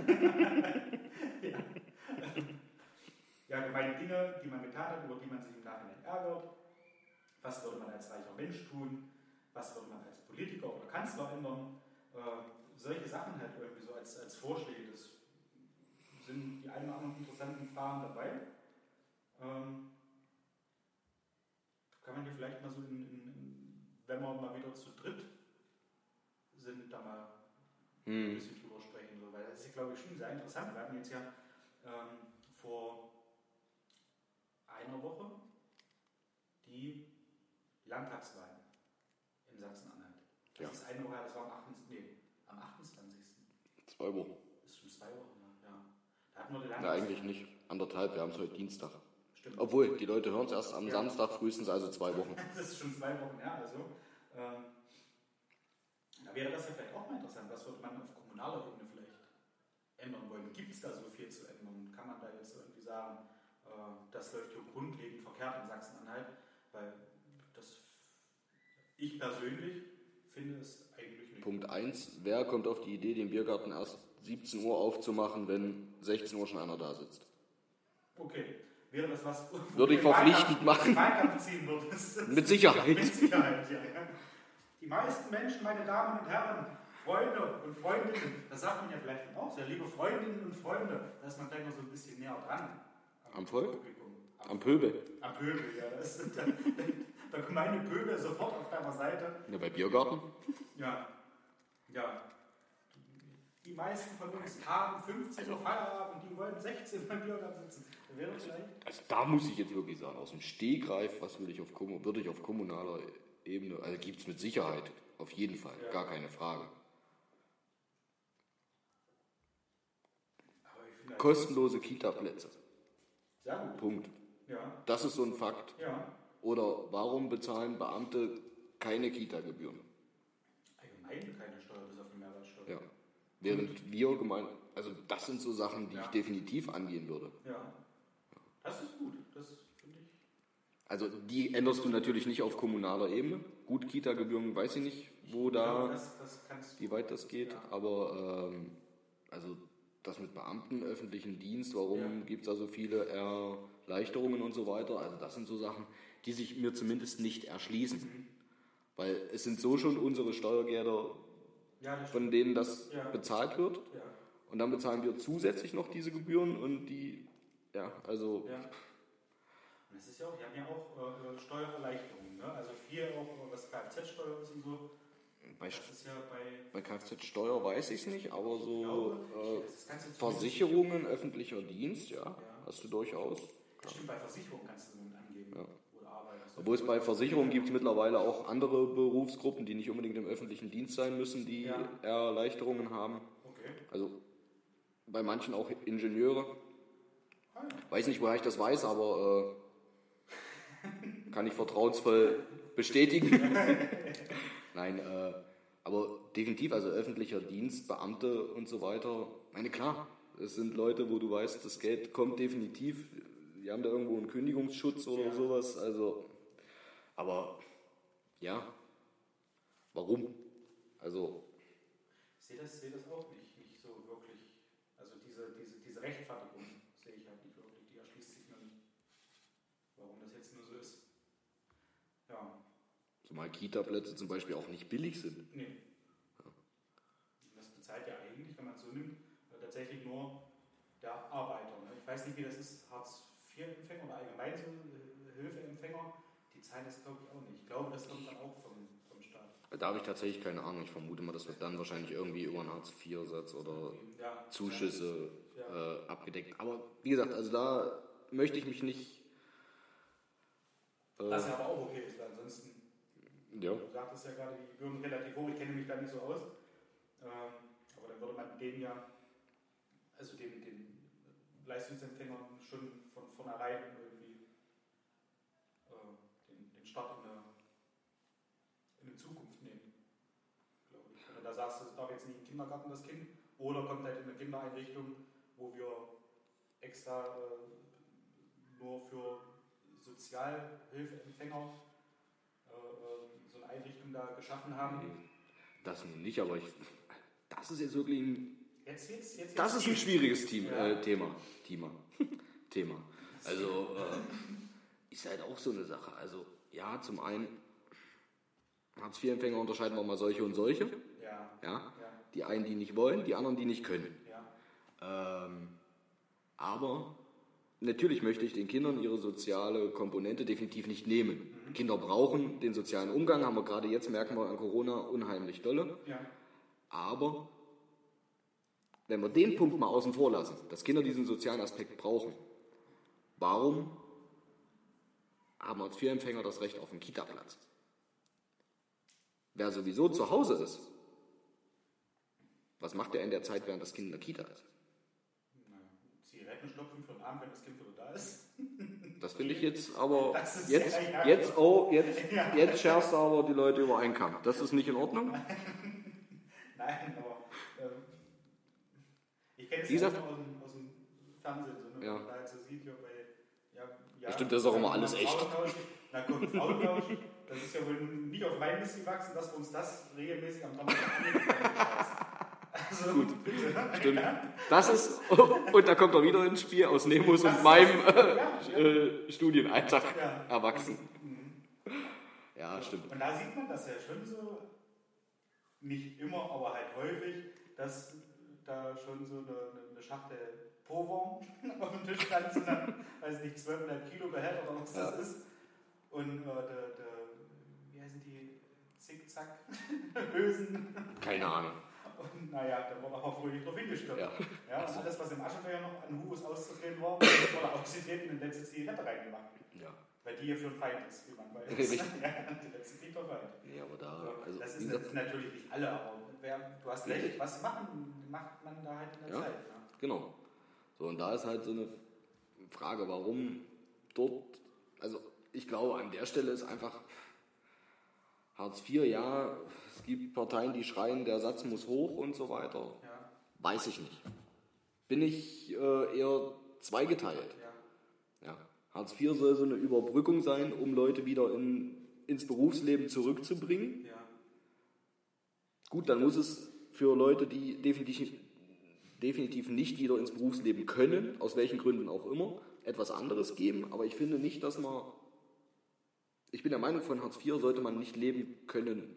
Ja, gemeine Dinge, die man getan hat, über die man sich im Nachhinein ärgert. Was würde man als reicher Mensch tun? Was würde man als Politiker oder Kanzler ändern? Solche Sachen halt irgendwie so als Vorschläge. Das sind die ein oder anderen interessanten Fragen dabei. Kann man die vielleicht mal so in wenn wir mal wieder zu dritt sind, da mal ein bisschen drüber sprechen. So, weil das ist, glaube ich, schon sehr interessant. Wir hatten jetzt ja vor einer Woche die Landtagswahlen in Sachsen-Anhalt. Das ist eine Woche, das war am 28. 2 Wochen. Das ist schon 2 Wochen, ja. Da hatten wir die Ja, eigentlich nicht. 1,5, wir haben es heute Dienstag. Stimmt. Obwohl, die Leute hören es erst am Samstag, frühestens also 2 Wochen. Das ist schon 2 Wochen her, also. Da wäre das ja vielleicht auch mal interessant. Was würde man auf kommunaler Ebene vielleicht ändern wollen? Gibt es da so viel zu ändern? Kann man da jetzt irgendwie sagen, das läuft hier grundlegend verkehrt in Sachsen-Anhalt? Weil ich persönlich finde es eigentlich nicht. Punkt 1. Wer kommt auf die Idee, den Biergarten erst 17 Uhr aufzumachen, wenn 16 Uhr schon einer da sitzt? Okay. Wäre das was, würde ich verpflichtend machen? Wahlkampf ziehen würdest? Mit Sicherheit. Mit Sicherheit, ja. Die meisten Menschen, meine Damen und Herren, Freunde und Freundinnen, das sagt man ja vielleicht auch sehr, liebe Freundinnen und Freunde, da ist man gleich noch so ein bisschen näher dran. Am Volk? Publikum. Am Pöbel? Am Pöbel, ja. Das ist der gemeine Pöbel sofort auf deiner Seite. Ja, bei Biergarten? Ja. Die meisten von uns haben 15 Uhr Feierabend, die wollen 16 beim Biergarten sitzen. Wäre vielleicht? Also da muss ich jetzt wirklich sagen, aus dem Stegreif, was würde ich auf kommunaler Ebene, also gibt es mit Sicherheit, auf jeden Fall, gar keine Frage. Kostenlose Kita-Plätze. Sehr gut. Punkt. Ja. Das ist so ein Fakt. Ja. Oder warum bezahlen Beamte keine Kita-Gebühren? Allgemein keine Steuer, bis auf die Mehrwertsteuer. Ja. Während wir also das sind so Sachen, die ich definitiv angehen würde. Ja. Das ist gut, das finde ich. Also die änderst du natürlich nicht auf kommunaler Ebene. Gut, Kita-Gebühren weiß ich nicht, wo da, wie weit das geht. Aber also das mit Beamten, öffentlichen Dienst, warum gibt es da so viele Erleichterungen und so weiter. Also das sind so Sachen, die sich mir zumindest nicht erschließen. Weil es sind so schon unsere Steuergelder, von denen das bezahlt wird. Ja. Und dann bezahlen wir zusätzlich noch diese Gebühren und die, also... Ja. Und es ist ja auch, wir haben ja auch Steuererleichterungen, ne? Also viel auch, was Kfz-Steuer ist und so. Das ist ja bei Kfz-Steuer weiß ich es nicht, aber so Versicherungen, öffentlicher Dienst, hast du durchaus. Das stimmt, bei Versicherungen kannst du damit angeben, wo du arbeitest. Obwohl es bei Versicherungen gibt es mittlerweile auch andere Berufsgruppen, die nicht unbedingt im öffentlichen Dienst sein müssen, die Erleichterungen haben. Okay. Also bei manchen auch Ingenieure. Weiß nicht, woher ich das weiß, aber kann ich vertrauensvoll bestätigen. Nein, aber definitiv, also öffentlicher Dienst, Beamte und so weiter. Meine, klar, es sind Leute, wo du weißt, das Geld kommt definitiv. Die haben da irgendwo einen Kündigungsschutz oder sowas. Also, aber warum? Also ich sehe das auch nicht so wirklich. Also diese Rechtfertigung sehe ich halt nicht wirklich. Die erschließt sich mir nicht, warum das jetzt nur so ist. Ja. Zumal Kita-Plätze zum Beispiel auch nicht billig sind. Nee. Ja. Das bezahlt ja eigentlich, wenn man es so nimmt, tatsächlich nur der Arbeiter. Ne? Ich weiß nicht, wie das ist, Hartz-IV-Empfänger oder allgemein so Hilfeempfänger, die zahlen das, glaube ich, auch nicht. Ich glaube, das kommt dann auch vom Staat. Da habe ich tatsächlich keine Ahnung. Ich vermute mal, das wird dann wahrscheinlich irgendwie über einen Hartz-IV-Satz oder Zuschüsse abgedeckt. Aber wie gesagt, also da möchte ich mich nicht... Was ja aber auch okay ist, weil ansonsten... Du sagtest ja gerade, die Gebühren relativ hoch, ich kenne mich da nicht so aus. Aber dann würde man den Leistungsempfängern schon von vornherein irgendwie den Start in eine Zukunft nehmen. Glaube ich. Wenn du da sagst, es darf jetzt nicht im Kindergarten das Kind, oder kommt halt in eine Kindereinrichtung, wo wir extra nur für Sozialhilfeempfänger so eine Einrichtung da geschaffen haben. Das nun nicht, aber das ist jetzt wirklich jetzt das ist ein schwieriges Thema. Also ist halt auch so eine Sache. Also zum einen Hartz-IV-Empfänger unterscheiden wir mal solche und solche. Die einen, die nicht wollen, die anderen, die nicht können. Aber natürlich möchte ich den Kindern ihre soziale Komponente definitiv nicht nehmen. Kinder brauchen den sozialen Umgang, haben wir gerade jetzt, merken wir an Corona, unheimlich dolle. Ja. Aber wenn wir den Punkt mal außen vor lassen, dass Kinder diesen sozialen Aspekt brauchen, warum haben Hartz-IV-Empfänger das Recht auf einen Kita-Platz? Wer sowieso zu Hause ist, was macht er in der Zeit, während das Kind in der Kita ist? Zigaretten stopfen für den Abend, wenn das Kind wieder da ist. Das finde ich jetzt aber, jetzt scherzt aber die Leute über einen Kamm. Das ist nicht in Ordnung. Nein, aber ich kenne es ja nur aus dem Fernsehen, so, ne? Ja. Man da halt so sieht hier bei, Stimmt, das ist auch immer alles echt. Dann kommt Frauentausch. Das ist ja wohl nicht auf mein Mist gewachsen, dass wir uns das regelmäßig am Donnerstag annehmen. Also, gut, bitte. Stimmt. Das ist, und da kommt er wieder ins Spiel aus Nemos und meinem Studienalltag erwachsen. Ja, stimmt. Und da sieht man das ja schon so, nicht immer, aber halt häufig, dass da schon so eine Schachtel Powern auf dem Tisch stand, so dann, weiß nicht, 12,5 Kilo Behälter oder was das ist. Und wie heißen die, Zickzack-Hülsen? Keine Ahnung. Und naja, da wurde auch fröhlich drauf hingestimmt. Ja. Ja, und alles, was im Aschenbecher noch an Hubus auszudrehen war, wurde ausgetreten und in die letzte Zigarette reingemacht. Ja. Weil die hier für ein Feind ist, wie man weiß. Richtig. Ja, die letzte kriegt doch Feind. Nee, aber da, also, das ist natürlich nicht alle, aber du hast recht, was macht man da halt in der Zeit? Ne? Genau. So, und da ist halt so eine Frage, warum dort, also ich glaube, an der Stelle ist einfach Hartz IV, ja, es gibt Parteien, die schreien, der Satz muss hoch und so weiter. Ja. Weiß ich nicht. Bin ich eher zweigeteilt. Ja. Hartz IV soll so eine Überbrückung sein, um Leute wieder ins Berufsleben zurückzubringen. Ja. Gut, dann muss es für Leute, die definitiv nicht wieder ins Berufsleben können, aus welchen Gründen auch immer, etwas anderes geben. Aber ich finde nicht, dass man... Ich bin der Meinung, von Hartz IV sollte man nicht leben können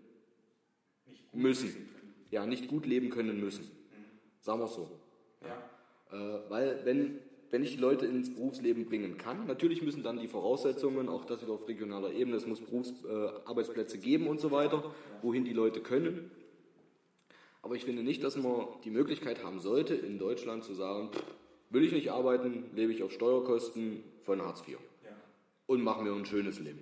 müssen. Ja, nicht gut leben können müssen. Sagen wir es so. Ja. Weil wenn ich die Leute ins Berufsleben bringen kann, natürlich müssen dann die Voraussetzungen, auch das wieder auf regionaler Ebene, es muss Arbeitsplätze geben und so weiter, wohin die Leute können. Aber ich finde nicht, dass man die Möglichkeit haben sollte, in Deutschland zu sagen, will ich nicht arbeiten, lebe ich auf Steuerkosten von Hartz IV. Ja. Und mache mir ein schönes Leben.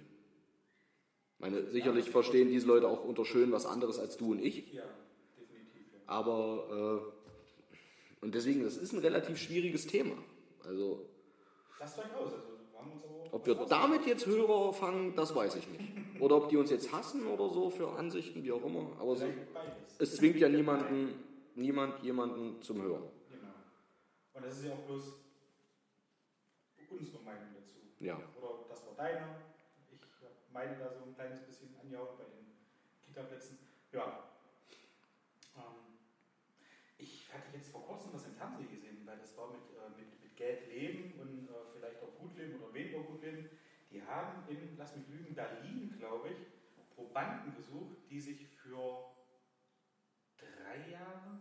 Sicherlich verstehen diese Leute auch unter schön was anderes als du und ich. Ja, definitiv. Ja. Aber, und deswegen, das ist ein relativ schwieriges Thema. Also, das durchaus. Also, wir haben uns aber ob wir damit jetzt Hörer fangen, das weiß ich nicht. Oder ob die uns jetzt hassen oder so für Ansichten, wie auch immer. Aber so, es zwingt ja niemand jemanden zum Hören. Genau. Und das ist ja auch bloß unsere Meinung dazu. Ja. Oder das war deine. Ich meine da so ein kleines bisschen anjauen bei den Kita-Plätzen. Ja. Ich hatte jetzt vor kurzem was im Fernsehen gesehen, weil das war mit Geld leben und vielleicht auch gut leben oder weniger gut leben. Die haben in, lass mich lügen, Berlin, glaube ich, Probanden gesucht, die sich für 3 Jahre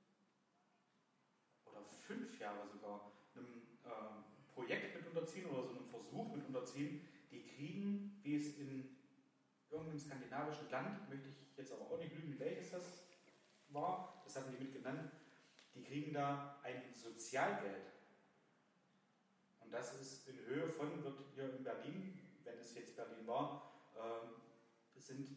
oder 5 Jahre sogar einem Projekt mit unterziehen oder so einem Versuch mit unterziehen. Die kriegen, wie es in irgendeinem skandinavischen Land, möchte ich jetzt aber auch nicht lügen, welches das war, das hatten die mit genannt, die kriegen da ein Sozialgeld. Und das ist in Höhe von, wird hier in Berlin, wenn es jetzt Berlin war, es sind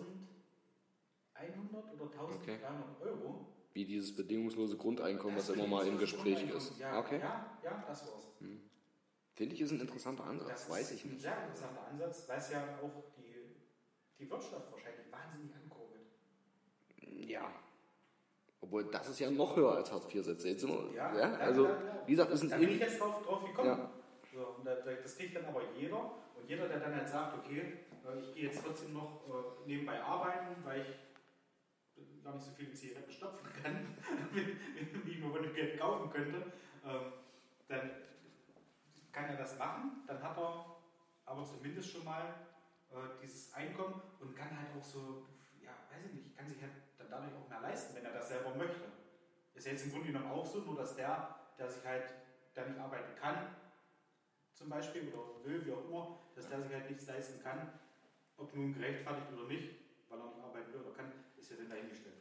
1100 oder 1300 Euro. Wie dieses bedingungslose Grundeinkommen, was immer mal im Gespräch ist. Ja, okay. ja, das war's. Finde ich, ist ein interessanter Ansatz, das weiß ich nicht. Ein sehr interessanter Ansatz, weil es ja auch die Wirtschaft wahrscheinlich wahnsinnig ankurbelt. Ja. Obwohl, das ist ja noch höher als Hartz-IV-Sätze. Jetzt sind wir, Also, wie gesagt, ist ein... Da bin ich jetzt drauf gekommen. Ja. So, und das kriegt dann aber jeder. Und jeder, der dann halt sagt, okay, ich gehe jetzt trotzdem noch nebenbei arbeiten, weil ich gar nicht so viele Zigaretten stopfen kann, wie ich mir wohl Geld kaufen könnte, dann kann er das machen. Dann hat er aber zumindest schon mal dieses Einkommen und kann halt auch so, ja, weiß ich nicht, kann sich halt dann dadurch auch mehr leisten, wenn er das selber möchte. Ist ja jetzt im Grunde genommen auch so, nur dass der sich halt, der nicht arbeiten kann, zum Beispiel oder will, wie auch immer, dass der sich halt nichts leisten kann, ob nun gerechtfertigt oder nicht, weil er nicht arbeiten will oder kann, ist ja dann dahingestellt.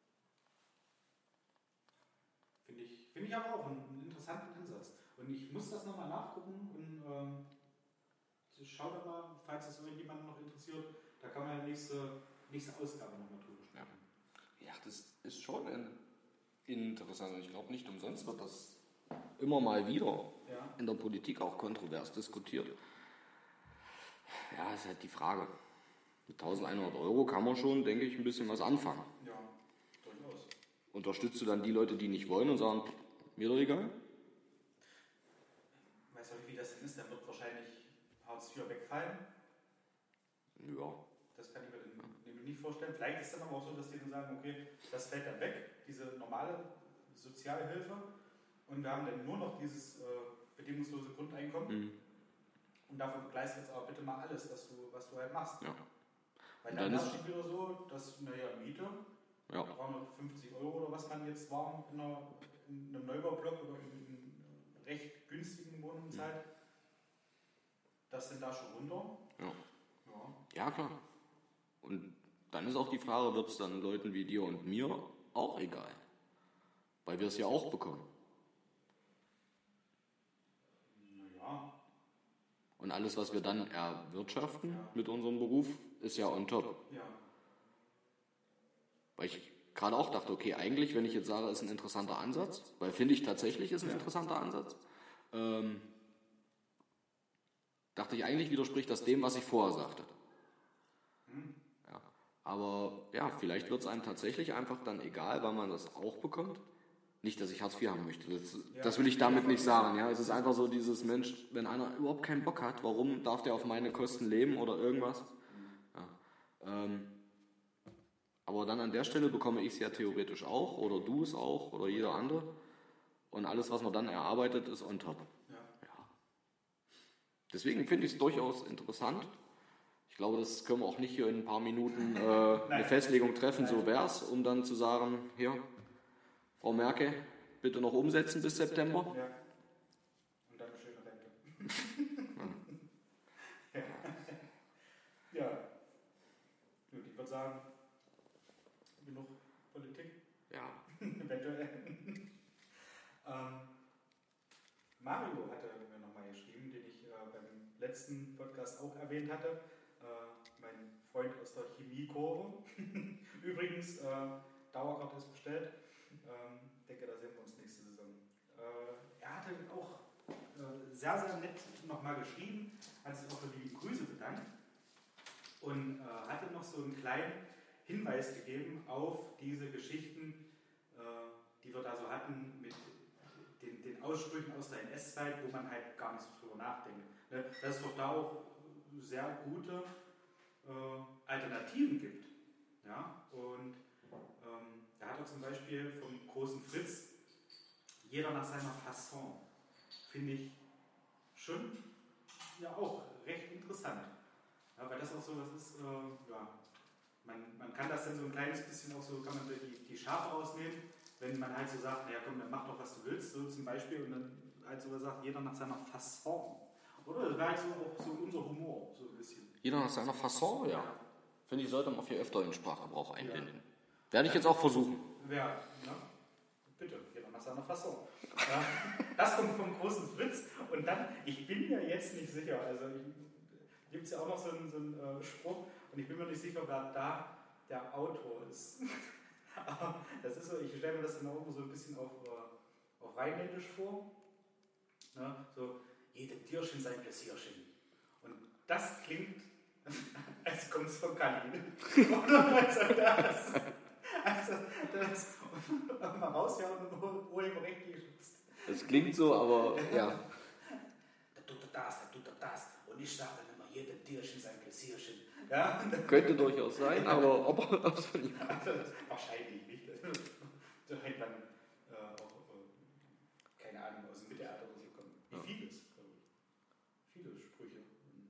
Finde ich aber auch einen interessanten Ansatz. Und ich muss das nochmal nachgucken und schaut doch mal, falls das irgendjemanden noch interessiert, da kann man ja nächste Ausgabe nochmal drüber sprechen. Ja, das ist schon interessant. Ich glaube, nicht umsonst wird das immer mal wieder in der Politik auch kontrovers diskutiert. Ja, ist halt die Frage. Mit 1.100 € kann man schon, denke ich, ein bisschen was anfangen. Ja, durchaus. Unterstützt du dann die Leute, die nicht wollen und sagen, mir doch egal? Weißt du, wie das denn ist? Dann wird wahrscheinlich Hartz IV wegfallen. Ja. Das kann ich mir dann nicht vorstellen. Vielleicht ist es dann aber auch so, dass die dann sagen, okay, das fällt dann weg, diese normale Sozialhilfe. Und wir haben dann nur noch dieses bedingungslose Grundeinkommen. Und davon begleist jetzt aber bitte mal alles, was du halt machst. Ja. Weil dann ist es wieder so, dass, Miete, 350 € oder was man jetzt war in einem Neubaublock oder in einem recht günstigen Wohnungen zahlt, das sind da schon runter. Ja, klar. Und dann ist auch die Frage, wird es dann Leuten wie dir und mir auch egal? Weil wir es ja auch bekommen. Ja. Und alles, was wir dann erwirtschaften mit unserem Beruf, ist ja on top. Ja. Weil ich gerade auch dachte, okay, eigentlich, wenn ich jetzt sage, ist ein interessanter Ansatz, weil finde ich tatsächlich ist ein interessanter Ansatz, dachte ich, eigentlich widerspricht das dem, was ich vorher sagte. Ja. Aber ja, vielleicht wird es einem tatsächlich einfach dann egal, weil man das auch bekommt. Nicht, dass ich Hartz IV haben möchte. Das will ich damit nicht sagen. Ja, es ist einfach so dieses Mensch, wenn einer überhaupt keinen Bock hat, warum darf der auf meine Kosten leben oder irgendwas? Ja. Aber dann an der Stelle bekomme ich es ja theoretisch auch oder du es auch oder jeder andere. Und alles, was man dann erarbeitet, ist on top. Ja. Deswegen finde ich es durchaus interessant. Ich glaube, das können wir auch nicht hier in ein paar Minuten eine Festlegung treffen, so wär's, um dann zu sagen, hier, Frau Merkel, bitte noch umsetzen bis September. Ja. Und dann schöne Rente. Ja. Gut, ich würde sagen, genug Politik. Ja. Eventuell. Mario hatte mir nochmal geschrieben, den ich beim letzten Podcast auch erwähnt hatte. Mein Freund aus der Chemiekurve. Übrigens, Dauerkarte ist bestellt. Ich denke, da sehen wir uns nächste Saison. Er hatte auch sehr, sehr nett nochmal geschrieben, hat sich auch für die Grüße bedankt und hatte noch so einen kleinen Hinweis gegeben auf diese Geschichten, die wir da so hatten mit den Aussprüchen aus der NS-Zeit, wo man halt gar nicht so drüber nachdenkt. Ne? Dass es doch da auch sehr gute Alternativen gibt. Ja? Und da hat er zum Beispiel vom großen Fritz, jeder nach seiner Fasson, finde ich schon ja auch recht interessant. Ja, weil das auch so was ist, man kann das dann so ein kleines bisschen auch so, kann man die Schafe rausnehmen, wenn man halt so sagt, naja komm, dann mach doch was du willst, so zum Beispiel, und dann halt so sagt, jeder nach seiner Fasson. Oder? Das wäre halt so auch so unser Humor, so ein bisschen. Jeder nach seiner Fasson, ja. Finde ich, sollte man viel öfter in Sprachgebrauch einbinden. Ja. Werde ich jetzt auch versuchen. Ja, bitte, jeder nach seiner Fasson. Ja, das kommt vom großen Fritz. Und dann, ich bin mir jetzt nicht sicher, also gibt es ja auch noch so einen Spruch, und ich bin mir nicht sicher, wer da der Autor ist. Aber das ist so, ich stelle mir das dann auch immer so ein bisschen auf Rheinländisch vor. Ja, so, jedem Tierchen sein Pläsierchen. Und das klingt, als kommt es von Kali. Oder das mal raushauen und urheberrechtlich geschützt. Das klingt so, aber ja. Da tut er das. Und ich sage dann immer, jedem Tierchen sein Pläsierchen. Ja? Könnte durchaus sein, aber ob es von ihm kommt. Wahrscheinlich nicht. Da hätte man auch, keine Ahnung, aus dem Mittelalter oder so kommen. Wie vieles, glaube ich. Viele Sprüche.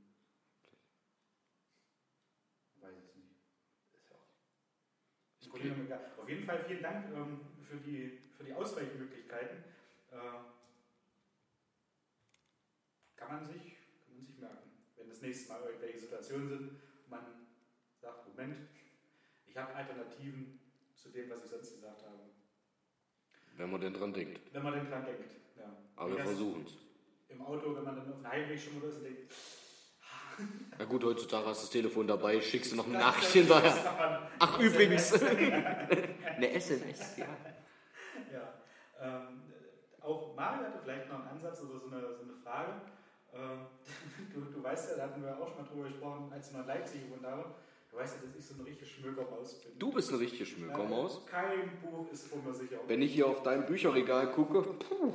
Ich weiß es nicht. Ist ja auch. Okay. Auf jeden Fall vielen Dank für die Ausweichmöglichkeiten. Kann man sich merken. Wenn das nächste Mal irgendwelche Situationen sind, man sagt, Moment, ich habe Alternativen zu dem, was ich sonst gesagt habe. Wenn man denn dran denkt. Wenn man denn dran denkt, ja. Aber wir versuchen es. Im Auto, wenn man dann auf den Heimweg schon oder so denkt. Na gut, heutzutage hast du das Telefon dabei, schickst du noch eine Nachricht hinterher. Ach, übrigens. Eine SMS, ja. Ja. Auch Mario hatte vielleicht noch einen Ansatz oder so eine Frage. Du weißt ja, da hatten wir auch schon mal drüber gesprochen, als ich noch in Leipzig gewohnt habe. Du weißt ja, dass ich so eine richtige Schmökermaus bin. Du bist eine richtige Schmökermaus. Kein Buch ist vor mir sicher. Wenn ich hier auf dein Bücherregal gucke, puh.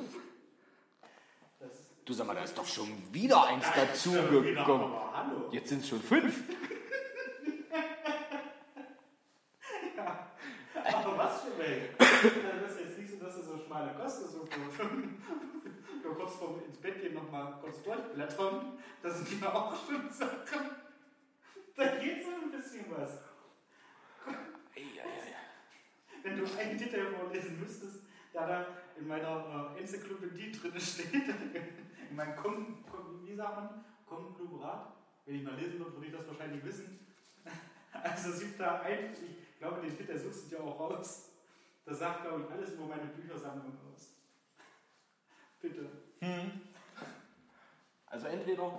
Du sag mal, da ist doch schon wieder eins dazugekommen. Hallo. Jetzt sind es schon 5. Ja. Aber was für welche? Das ist jetzt nicht so, dass du so schmale Kosten so für kurz vorm ins Bett gehen nochmal kurz durchblättern. Das sind ja auch schon Sachen. Da geht so ein bisschen was. Wenn du einen Titel vorlesen müsstest, der da in meiner Enzyklopädie drin steht, in meinem Konglomerat, wenn ich mal lesen würde, würde ich das wahrscheinlich wissen. Also es gibt da ich glaube, den Titel suchst du dir auch raus. Das sagt, glaube ich, alles über meine Büchersammlung aus. Bitte. Also entweder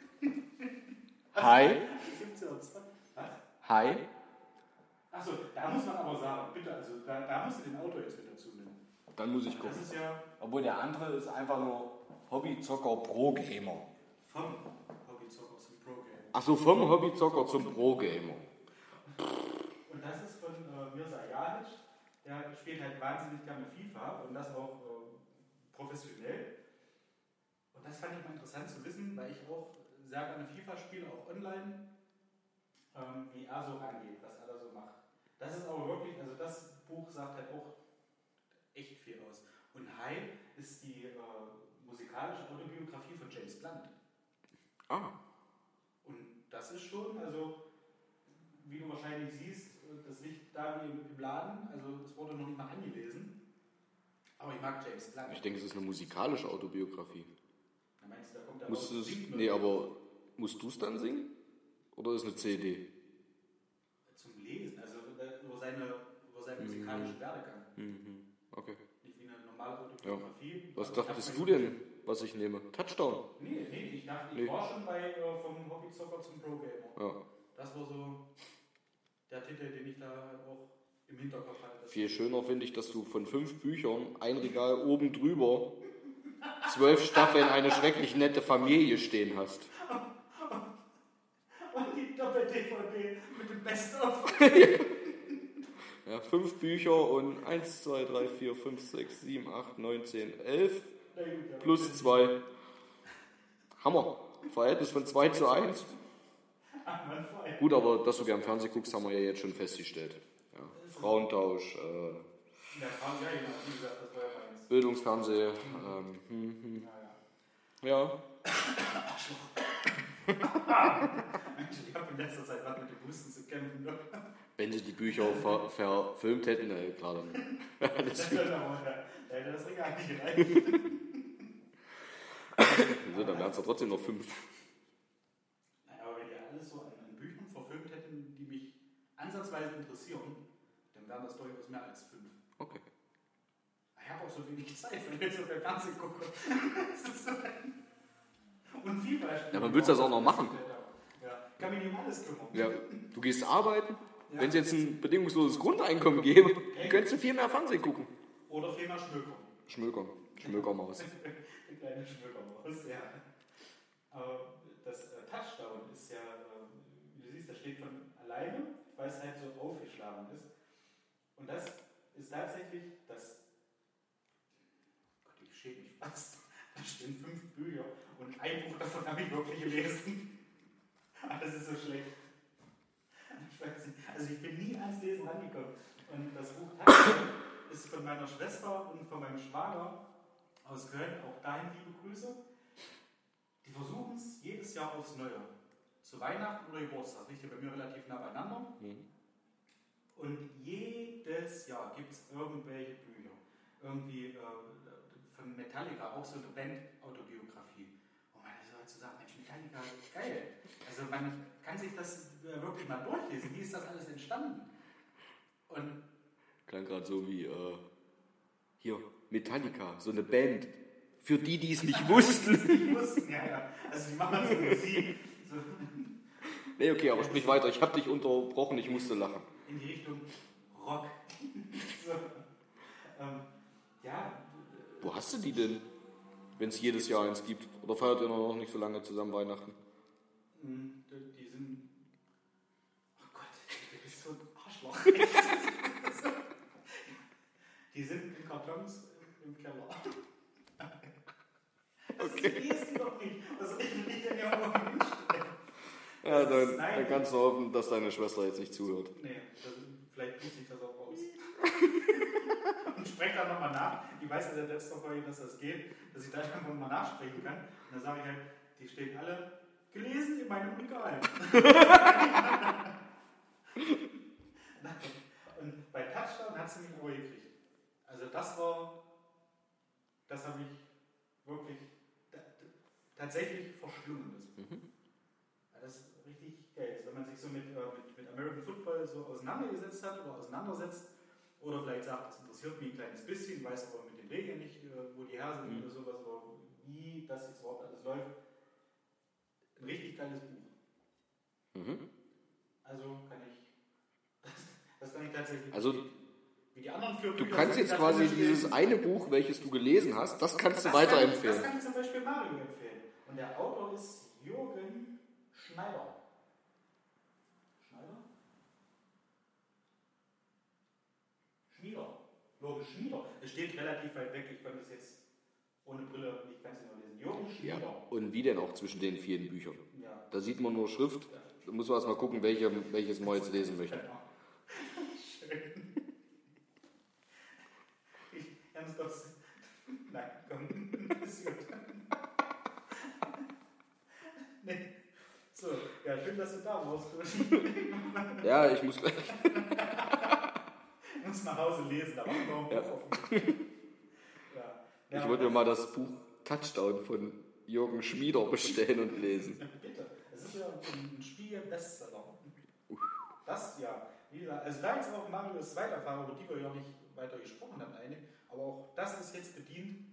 Hi. Was? Hi. Achso, da muss man aber sagen, bitte, also da musst du den Autor jetzt mit dazu nehmen. Dann muss ich gucken. Das ist ja Obwohl der andere ist einfach nur Hobbyzocker Pro-Gamer. vom Hobbyzocker zum Pro-Gamer. Achso, vom Hobbyzocker zum Pro-Gamer. Und das ist von Mirza Jahic. Der spielt halt wahnsinnig gerne FIFA und das auch professionell. Und das fand ich mal interessant zu wissen, weil ich auch sehr gerne FIFA spiele, auch online, wie er so rangeht, was er da so macht. Das ist aber wirklich, also das Buch sagt halt auch echt viel aus. Und Hi ist die musikalische Autobiografie von James Blunt. Ah. Und das ist schon, also wie du wahrscheinlich siehst, das liegt da wie im Laden, also es wurde noch nicht mal angelesen. Aber ich mag James Blunt. Ich denke, es ist eine musikalische Autobiografie. Da meinst du, da kommt er Musst aber musst du es dann singen? Oder ist eine CD? Zum Lesen, also über seinen musikalischen Werdegang. Okay. Nicht wie eine normale Autobiografie. Ja. Was dachtest du denn, was ich nehme? Touchdown? Nee, ich dachte, ich war schon bei vom Hobbyzocker zum Pro-Gamer. Ja. Das war so der Titel, den ich da auch im Hinterkopf hatte. Viel schöner finde ich, dass du von 5 Büchern ein Regal oben drüber 12 Staffeln eine schrecklich nette Familie stehen hast. Und die Doppel-DVD mit dem Best-of. Ja, 5 Bücher und 1, 2, 3, 4, 5, 6, 7, 8, 9, 10, 11 plus 2. Hammer. Verhältnis von 2 zu 1. Gut, aber dass du gern Fernsehen guckst, haben wir ja jetzt schon festgestellt. Ja. Frauentausch, Bildungsfernsehen. Ja. Ich habe in letzter Zeit was mit dem Husten zu kämpfen. Ne? Wenn sie die Bücher verfilmt hätten, gerade. Das hätte das Regal nicht gereicht. So, dann wären es ja trotzdem noch 5. Nein, aber wenn die alles so an Büchern verfilmt hätten, die mich ansatzweise interessieren, dann wären das durchaus mehr als 5. Okay. Ich habe auch so wenig Zeit, wenn ich jetzt auf der Fernsehen gucke. Und viel Beispiel. Ja, man willst das auch noch machen. Ja, kann mich nicht um alles kümmern. Ja, du gehst arbeiten. Ja. Wenn es jetzt ein bedingungsloses Grundeinkommen gäbe, könntest du viel mehr Fernsehen gucken. Oder viel mehr schmökern. Schmökermaus. Eine kleine Schmökermaus, ja. Aber das Touchdown ist ja, wie du siehst, das steht von alleine, weil es halt so aufgeschlagen ist. Und das ist tatsächlich das. Gott, ich schäme mich fast. Da stehen 5 Bücher und ein Buch davon habe ich wirklich gelesen. Das ist so schlecht. Ich weiß nicht. Also ich bin nie ans Lesen rangekommen. Und das Buch Touchdown ist von meiner Schwester und von meinem Schwager aus Köln, auch dahin liebe Grüße. Die versuchen es jedes Jahr aufs Neue. Zu Weihnachten oder Geburtstag, liegt ja bei mir relativ nah beieinander. Und jedes Jahr gibt es irgendwelche Bücher. Irgendwie von Metallica, auch so eine Band-Autobiografie. Und man ist halt Metallica, geil. Also man kann sich das wirklich mal durchlesen. Wie ist das alles entstanden? Und klang gerade so wie, hier, Metallica, so eine Band. Für die es nicht wussten. Ja. Also die machen so Musik. So. Nee, okay, aber sprich weiter. Ich habe dich unterbrochen, ich musste lachen. In die Richtung Rock. So. Ja. Wo hast du die denn, wenn es jedes Jahr eins gibt? Oder feiert ihr noch nicht so lange zusammen Weihnachten? Die sind... Oh Gott, du bist so ein Arschloch. Die sind in Kartons im Keller. Okay. Das lest du doch nicht. Was soll ich mich denn hier irgendwo hinstellen? Ja, dann kannst du hoffen, dass deine Schwester jetzt nicht zuhört. Nee, vielleicht tut sich das auch raus. Und spreche dann nochmal nach. Die weiß ja seit letzter Folge, dass das geht, dass ich da einfach mal nachsprechen kann. Und dann sage ich halt, die stehen alle gelesen in meinem Regal. Und bei Touchdown hat sie mich aber gekriegt. Also das habe ich wirklich tatsächlich verschlungen. Das ist richtig geil. Wenn man sich so mit American Football so auseinandergesetzt hat oder auseinandersetzt oder vielleicht sagt, das interessiert mich ein kleines bisschen, weiß aber mit den Regeln nicht, wo die her sind oder sowas, oder wie das jetzt überhaupt alles läuft. Ein richtig geiles Buch. Also das kann ich tatsächlich. Also, wie die anderen 4 du Bücher kannst jetzt quasi dieses eine Buch, welches du gelesen hast, das kannst du weiterempfehlen. Das kann ich zum Beispiel Mario empfehlen. Und der Autor ist Jürgen Schneider. Jürgen Schnieder. Es steht relativ weit weg, ich konnte es jetzt ohne Brille nicht ganz genau lesen. Jürgen Schnieder. Ja, und wie denn auch zwischen den vielen Büchern? Ja. Da sieht man nur Schrift. Da muss man erst mal gucken, welches man jetzt lesen möchte. Genau. Schön. Ganz kurz. Nein, komm. Ist gut. Nee. So, ja, schön, dass du da warst. Ja, ich muss gleich. Ich muss nach Hause lesen, da war noch ein Buch offen. Ja. Ich wollte mir mal das Buch Touchdown von Jürgen Schmieder bestellen und lesen. Bitte, es ist ja ein Spiegel-Bestseller. Das ja, wie gesagt, also da jetzt auch Marios Zweiterfahrung, über die wir ja nicht weiter gesprochen haben, aber auch das ist jetzt bedient,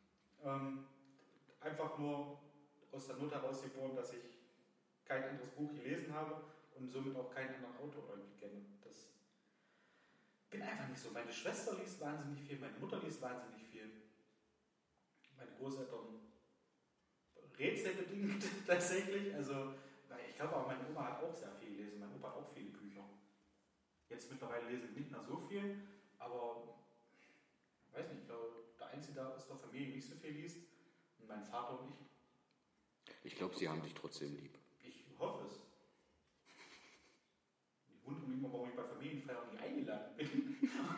einfach nur aus der Not heraus geboren, dass ich kein anderes Buch gelesen habe und somit auch keinen anderen Autor irgendwie kenne. Das bin einfach nicht so. Meine Schwester liest wahnsinnig viel, meine Mutter liest wahnsinnig viel. Meine Großeltern rätselbedingt tatsächlich. Also, weil ich glaube auch, meine Oma hat auch sehr viel gelesen. Mein Opa hat auch viele Bücher. Jetzt mittlerweile lesen nicht mehr so viel, aber weiß nicht, ich glaube, der Einzige aus der Familie, der nicht so viel liest, und mein Vater und ich. Ich glaube, sie haben dich trotzdem lieb. Ich hoffe es. Ich wundere mich immer, warum ich bei Familienfeiern nicht eingeladen bin.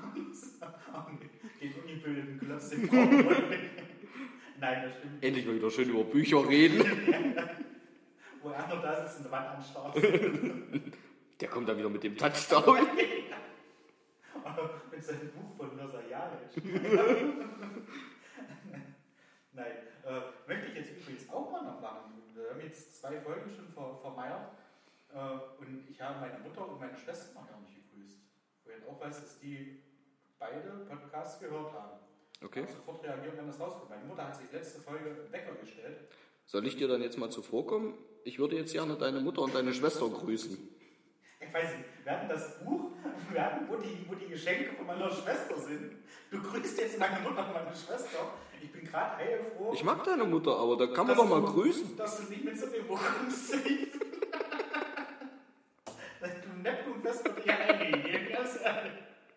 Den ungebildeten Klotz, den brauchen wir. Nein, das stimmt. Endlich mal wieder schön über Bücher reden. Wo einer da sitzt und die Wand anstarrt. Der kommt dann wieder mit dem Touchdown. Mit seinem Buch von Mirza Jaric. Nein, möchte ich jetzt übrigens auch mal noch machen. Wir haben jetzt 2 Folgen schon vermeiert. Und ich habe meine Mutter und meine Schwester noch gar nicht gegrüßt. Wo ich auch weiß, dass die beide Podcasts gehört haben. Okay. Ich sofort reagieren, wenn das rauskommt. Meine Mutter hat sich letzte Folge Wecker gestellt. Soll ich dir dann jetzt mal zuvorkommen? Ich würde jetzt gerne deine Mutter und deine Schwester grüßen. Ich weiß nicht, wir hatten das Buch, wo die Geschenke von meiner Schwester sind. Du grüßt jetzt meine Mutter und meine Schwester. Ich bin gerade heilfroh. Ich mag deine Mutter, aber da kann man doch mal grüßen. Dass du nicht mit so viel Buch kommst. Du Neptunfest wird dich eingegeben, ganz ehrlich.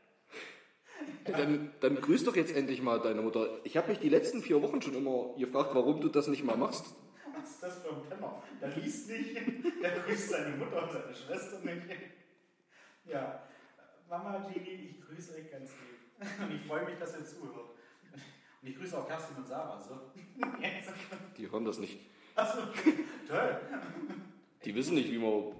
Dann grüß doch jetzt endlich mal deine Mutter. Ich habe mich die letzten 4 Wochen schon immer gefragt, warum du das nicht mal machst. Was ist das für ein Penner? Der liest nicht, der grüßt seine Mutter und seine Schwester nicht. Ja, Mama Gini, ich grüße euch ganz lieb. Und ich freue mich, dass ihr zuhört. Und ich grüße auch Kerstin und Sarah. So. Die hören das nicht. Achso, toll. Die wissen nicht, wie man...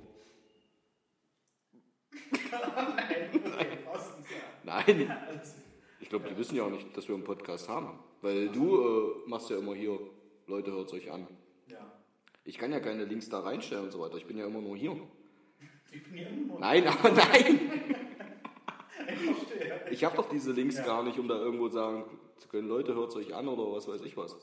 Nein, okay, brauchst du nicht sagen. Nein. Ich glaube, die wissen ja auch nicht, dass wir einen Podcast haben. Weil du machst ja immer hier, Leute, hört es euch an. Ja. Ich kann ja keine Links da reinstellen und so weiter. Ich bin ja immer nur hier. Ich bin ja immer nur... Nein, aber nein! Ich verstehe. Ich habe doch diese Links gar nicht, um da irgendwo sagen zu können, Leute, hört es euch an oder was weiß ich was.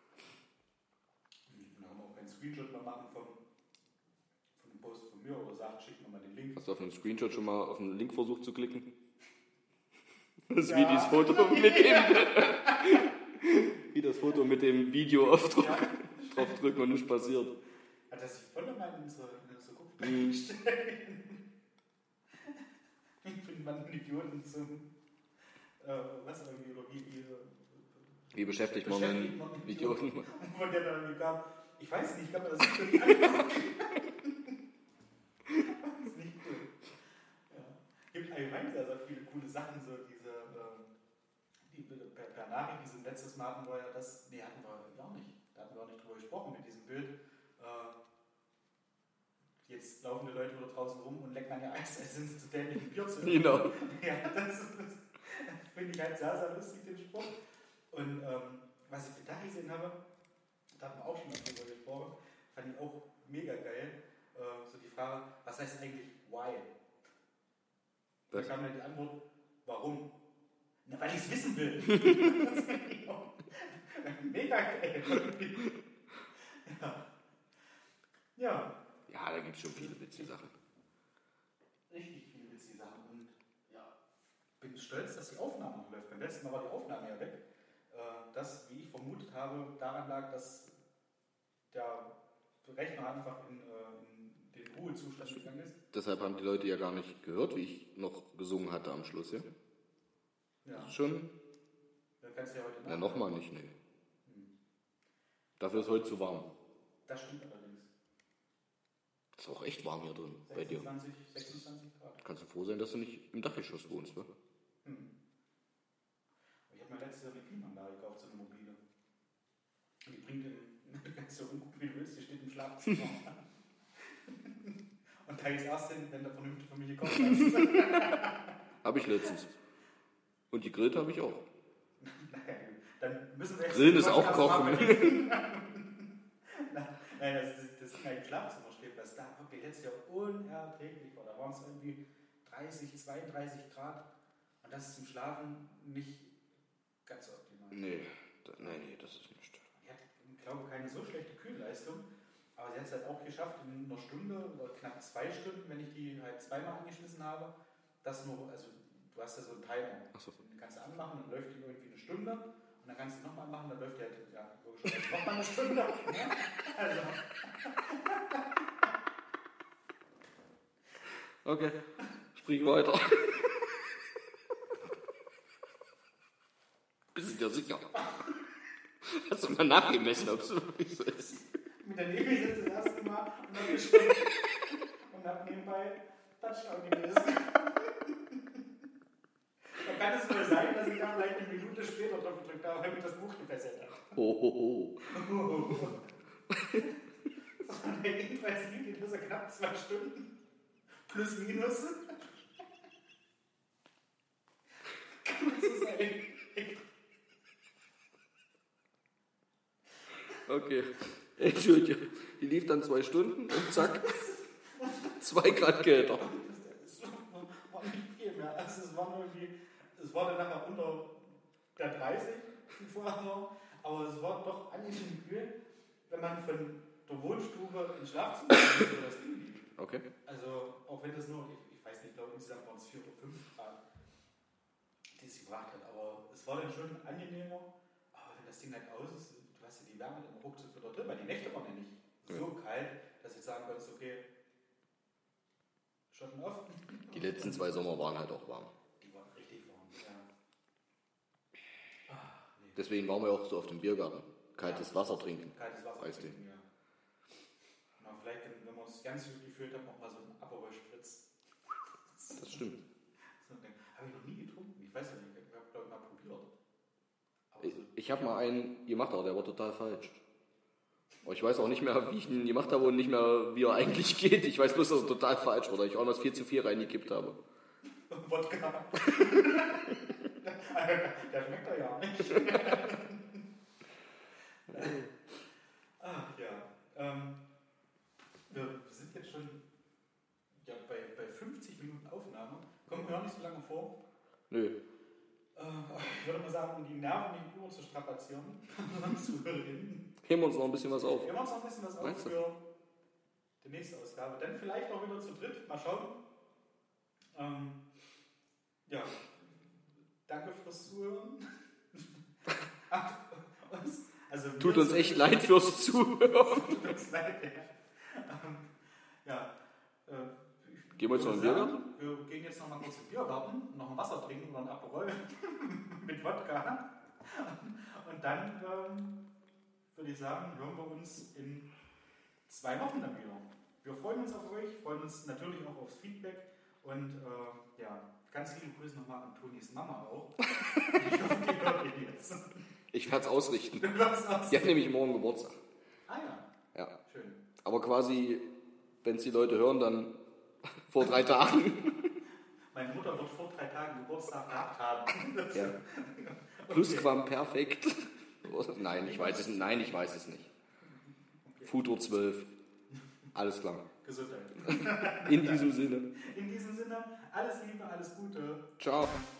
Dann haben wir auch keinen Screenshot mehr machen von einem Post von mir oder sagt, schick mir mal den Link. Hast du auf einen Screenshot schon mal auf einen Link versucht zu klicken? Das ist wie das Foto mit dem... wie das Foto mit dem Video draufdrücken und nicht passiert. Hat das sich voll mal in unsere Gruppe gestellt? Ich bin mal ein Idioten zum... was irgendwie, oder Wie beschäftigt man einen Idioten? Von der dann kam, ich weiß nicht, ich glaube, das ist nicht angefangen. Das ist nicht cool. Ja. Gibt allgemein sehr, sehr viele coole Sachen, so diese, die per Nachricht, diese letztes Mal hatten wir ja das, nee, hatten wir gar nicht. Da hatten wir auch nicht drüber gesprochen mit diesem Bild. Jetzt laufen die Leute wieder draußen rum und lecken an ihr Eis, als sind sie zu dämlichen Bier zu. Genau. Ja, das finde ich halt sehr, sehr lustig, den Spruch. Und was ich da gesehen habe, da haben wir auch schon mal drüber gesprochen, fand ich auch mega geil. So die Frage, was heißt eigentlich why? Da kam dann die Antwort, warum? Na, weil ich es wissen will. Das finde ich auch mega geil. Ja. Ja, da gibt es schon viele witzige Sachen. Richtig viele witzige Sachen. Und ja, bin stolz, dass die Aufnahme noch läuft. Beim letzten Mal war die Aufnahme ja weg. Das, wie ich vermutet habe, daran lag, dass der Rechner einfach in den Ruhezustand gegangen ist. Deshalb haben die Leute ja gar nicht gehört, wie ich noch gesungen hatte am Schluss, ja? Ja. Das ist schon... Dann kannst du ja heute Na, nochmal nicht, nee. Dafür ist heute zu warm. Das stimmt allerdings. Ist auch echt warm hier drin, 26, bei dir. 26 Grad. Kannst du froh sein, dass du nicht im Dachgeschoss wohnst, wa? Ich habe mir letztes Jahr eine Klimaanlage gekauft, so eine mobile. Und die bringt du kannst so umgucken, wie du willst, die steht im Schlafzimmer. Und da ist erst hin, wenn der vernünftig für mich gekocht hast. Habe ich letztens. Und die Grillte habe ich auch. Dann müssen wir jetzt... Grillen ist auch kochen. Nein, das kein Schlafzimmer steht, was da wirklich letztes Jahr unerträglich war. Da waren es irgendwie 30, 32 Grad. Und das ist zum Schlafen nicht ganz so optimal. Nee, das ist nicht. Die hat, ich glaube, keine so schlechte Kühlleistung. Aber sie hat es halt auch geschafft, in einer Stunde oder knapp 2 Stunden, wenn ich die halt zweimal angeschmissen habe, das nur, also du hast ja so einen Timer. Ach so. Den kannst du anmachen, dann läuft die irgendwie eine Stunde. Und dann kannst du nochmal machen, dann läuft die halt, ja, logisch, nochmal eine Stunde. Ja? Also. Okay, sprich weiter. Bist du dir sicher? Hast du mal nachgemessen, ob es wirklich so ist? Mit der Nevi sitze das erste Mal und dann gestimmt. Und hab nebenbei Touchdown gelesen. Da kann es wohl sein, dass ich da vielleicht eine Minute später drauf gedrückt habe, damit das Buch gefesselt hat. Hohoho. Jedenfalls liegt das ja knapp 2 Stunden. Plus, minus. Kann das so sein? Okay. Entschuldigung. Die lief dann 2 Stunden und zack, 2 Grad kälter. Das war nicht viel mehr. Also es war dann nachher unter der 30, die vorher war, aber es war doch angenehm kühl, wenn man von der Wohnstube ins Schlafzimmer geht, wo das Ding liegt. Okay. Also auch wenn das nur, ich weiß nicht, ich glaube insgesamt waren es 4 oder 5 Grad, die es gebracht hat, aber es war dann schon angenehmer, aber wenn das Ding halt aus ist, du hast ja die Wärme dann ruckzuck wieder drin, weil die Nächte waren ja nicht so kalt, dass ich sagen konntest, okay, Schotten auf. Die letzten 2 Sommer waren halt auch warm. Die waren richtig warm, ja. Nee. Deswegen waren wir auch so auf dem Biergarten. Kaltes Wasser trinken. Kaltes Wasser Eistee. trinken, ja. Na, vielleicht, wenn wir uns ganz gut gefühlt haben, nochmal so einen Aperol-Spritz. Das stimmt. So, habe ich noch nie getrunken. Ich weiß ja nicht, ich habe glaube ich mal probiert. Aber Ich habe mal einen gemacht, aber der war total falsch. Aber ich weiß auch nicht mehr, wie ich ihn gemacht habe und nicht mehr, wie er eigentlich geht. Ich weiß bloß, dass er total falsch war, weil ich auch noch 4 zu 4 reingekippt habe. Wodka. Der schmeckt doch ja nicht. Ach ja. mir auch nicht so lange vor. Nö. Ich würde mal sagen, um die Nerven nicht über zu strapazieren, unseren Zuhörerinnen. Heben wir uns noch ein bisschen was auf. Heben wir uns noch ein bisschen was auf für die nächste Ausgabe. Dann vielleicht auch wieder zu dritt. Mal schauen. Ja. Danke fürs Zuhören. Also Tut uns echt leid fürs Zuhören. Tut uns leid, ja. Gehen wir jetzt noch in den Biergarten? Wir gehen jetzt noch mal kurz in den Biergarten, noch ein Wasser trinken oder ein Aperol mit Wodka. Und dann würde ich sagen, hören wir uns in 2 Wochen dann wieder. Wir freuen uns auf euch, freuen uns natürlich auch aufs Feedback und ja, ganz liebe Grüße nochmal an Tonis Mama auch. Ich hoffe, die hört ihr jetzt. Ich werde es ausrichten. Du wirst ausrichten. Die hat nämlich morgen Geburtstag. Ah ja. Ja. Schön. Aber quasi, wenn es die Leute hören, dann vor 3 Tagen. Meine Mutter wird vor 3 Tagen Geburtstag gehabt haben. Ja. Plusquamperfekt. Nein, ich weiß es nicht. Nein, ich weiß es nicht. Okay. Futur 12. Alles klar. Gesundheit. In diesem Sinne. In diesem Sinne, alles Liebe, alles Gute. Ciao.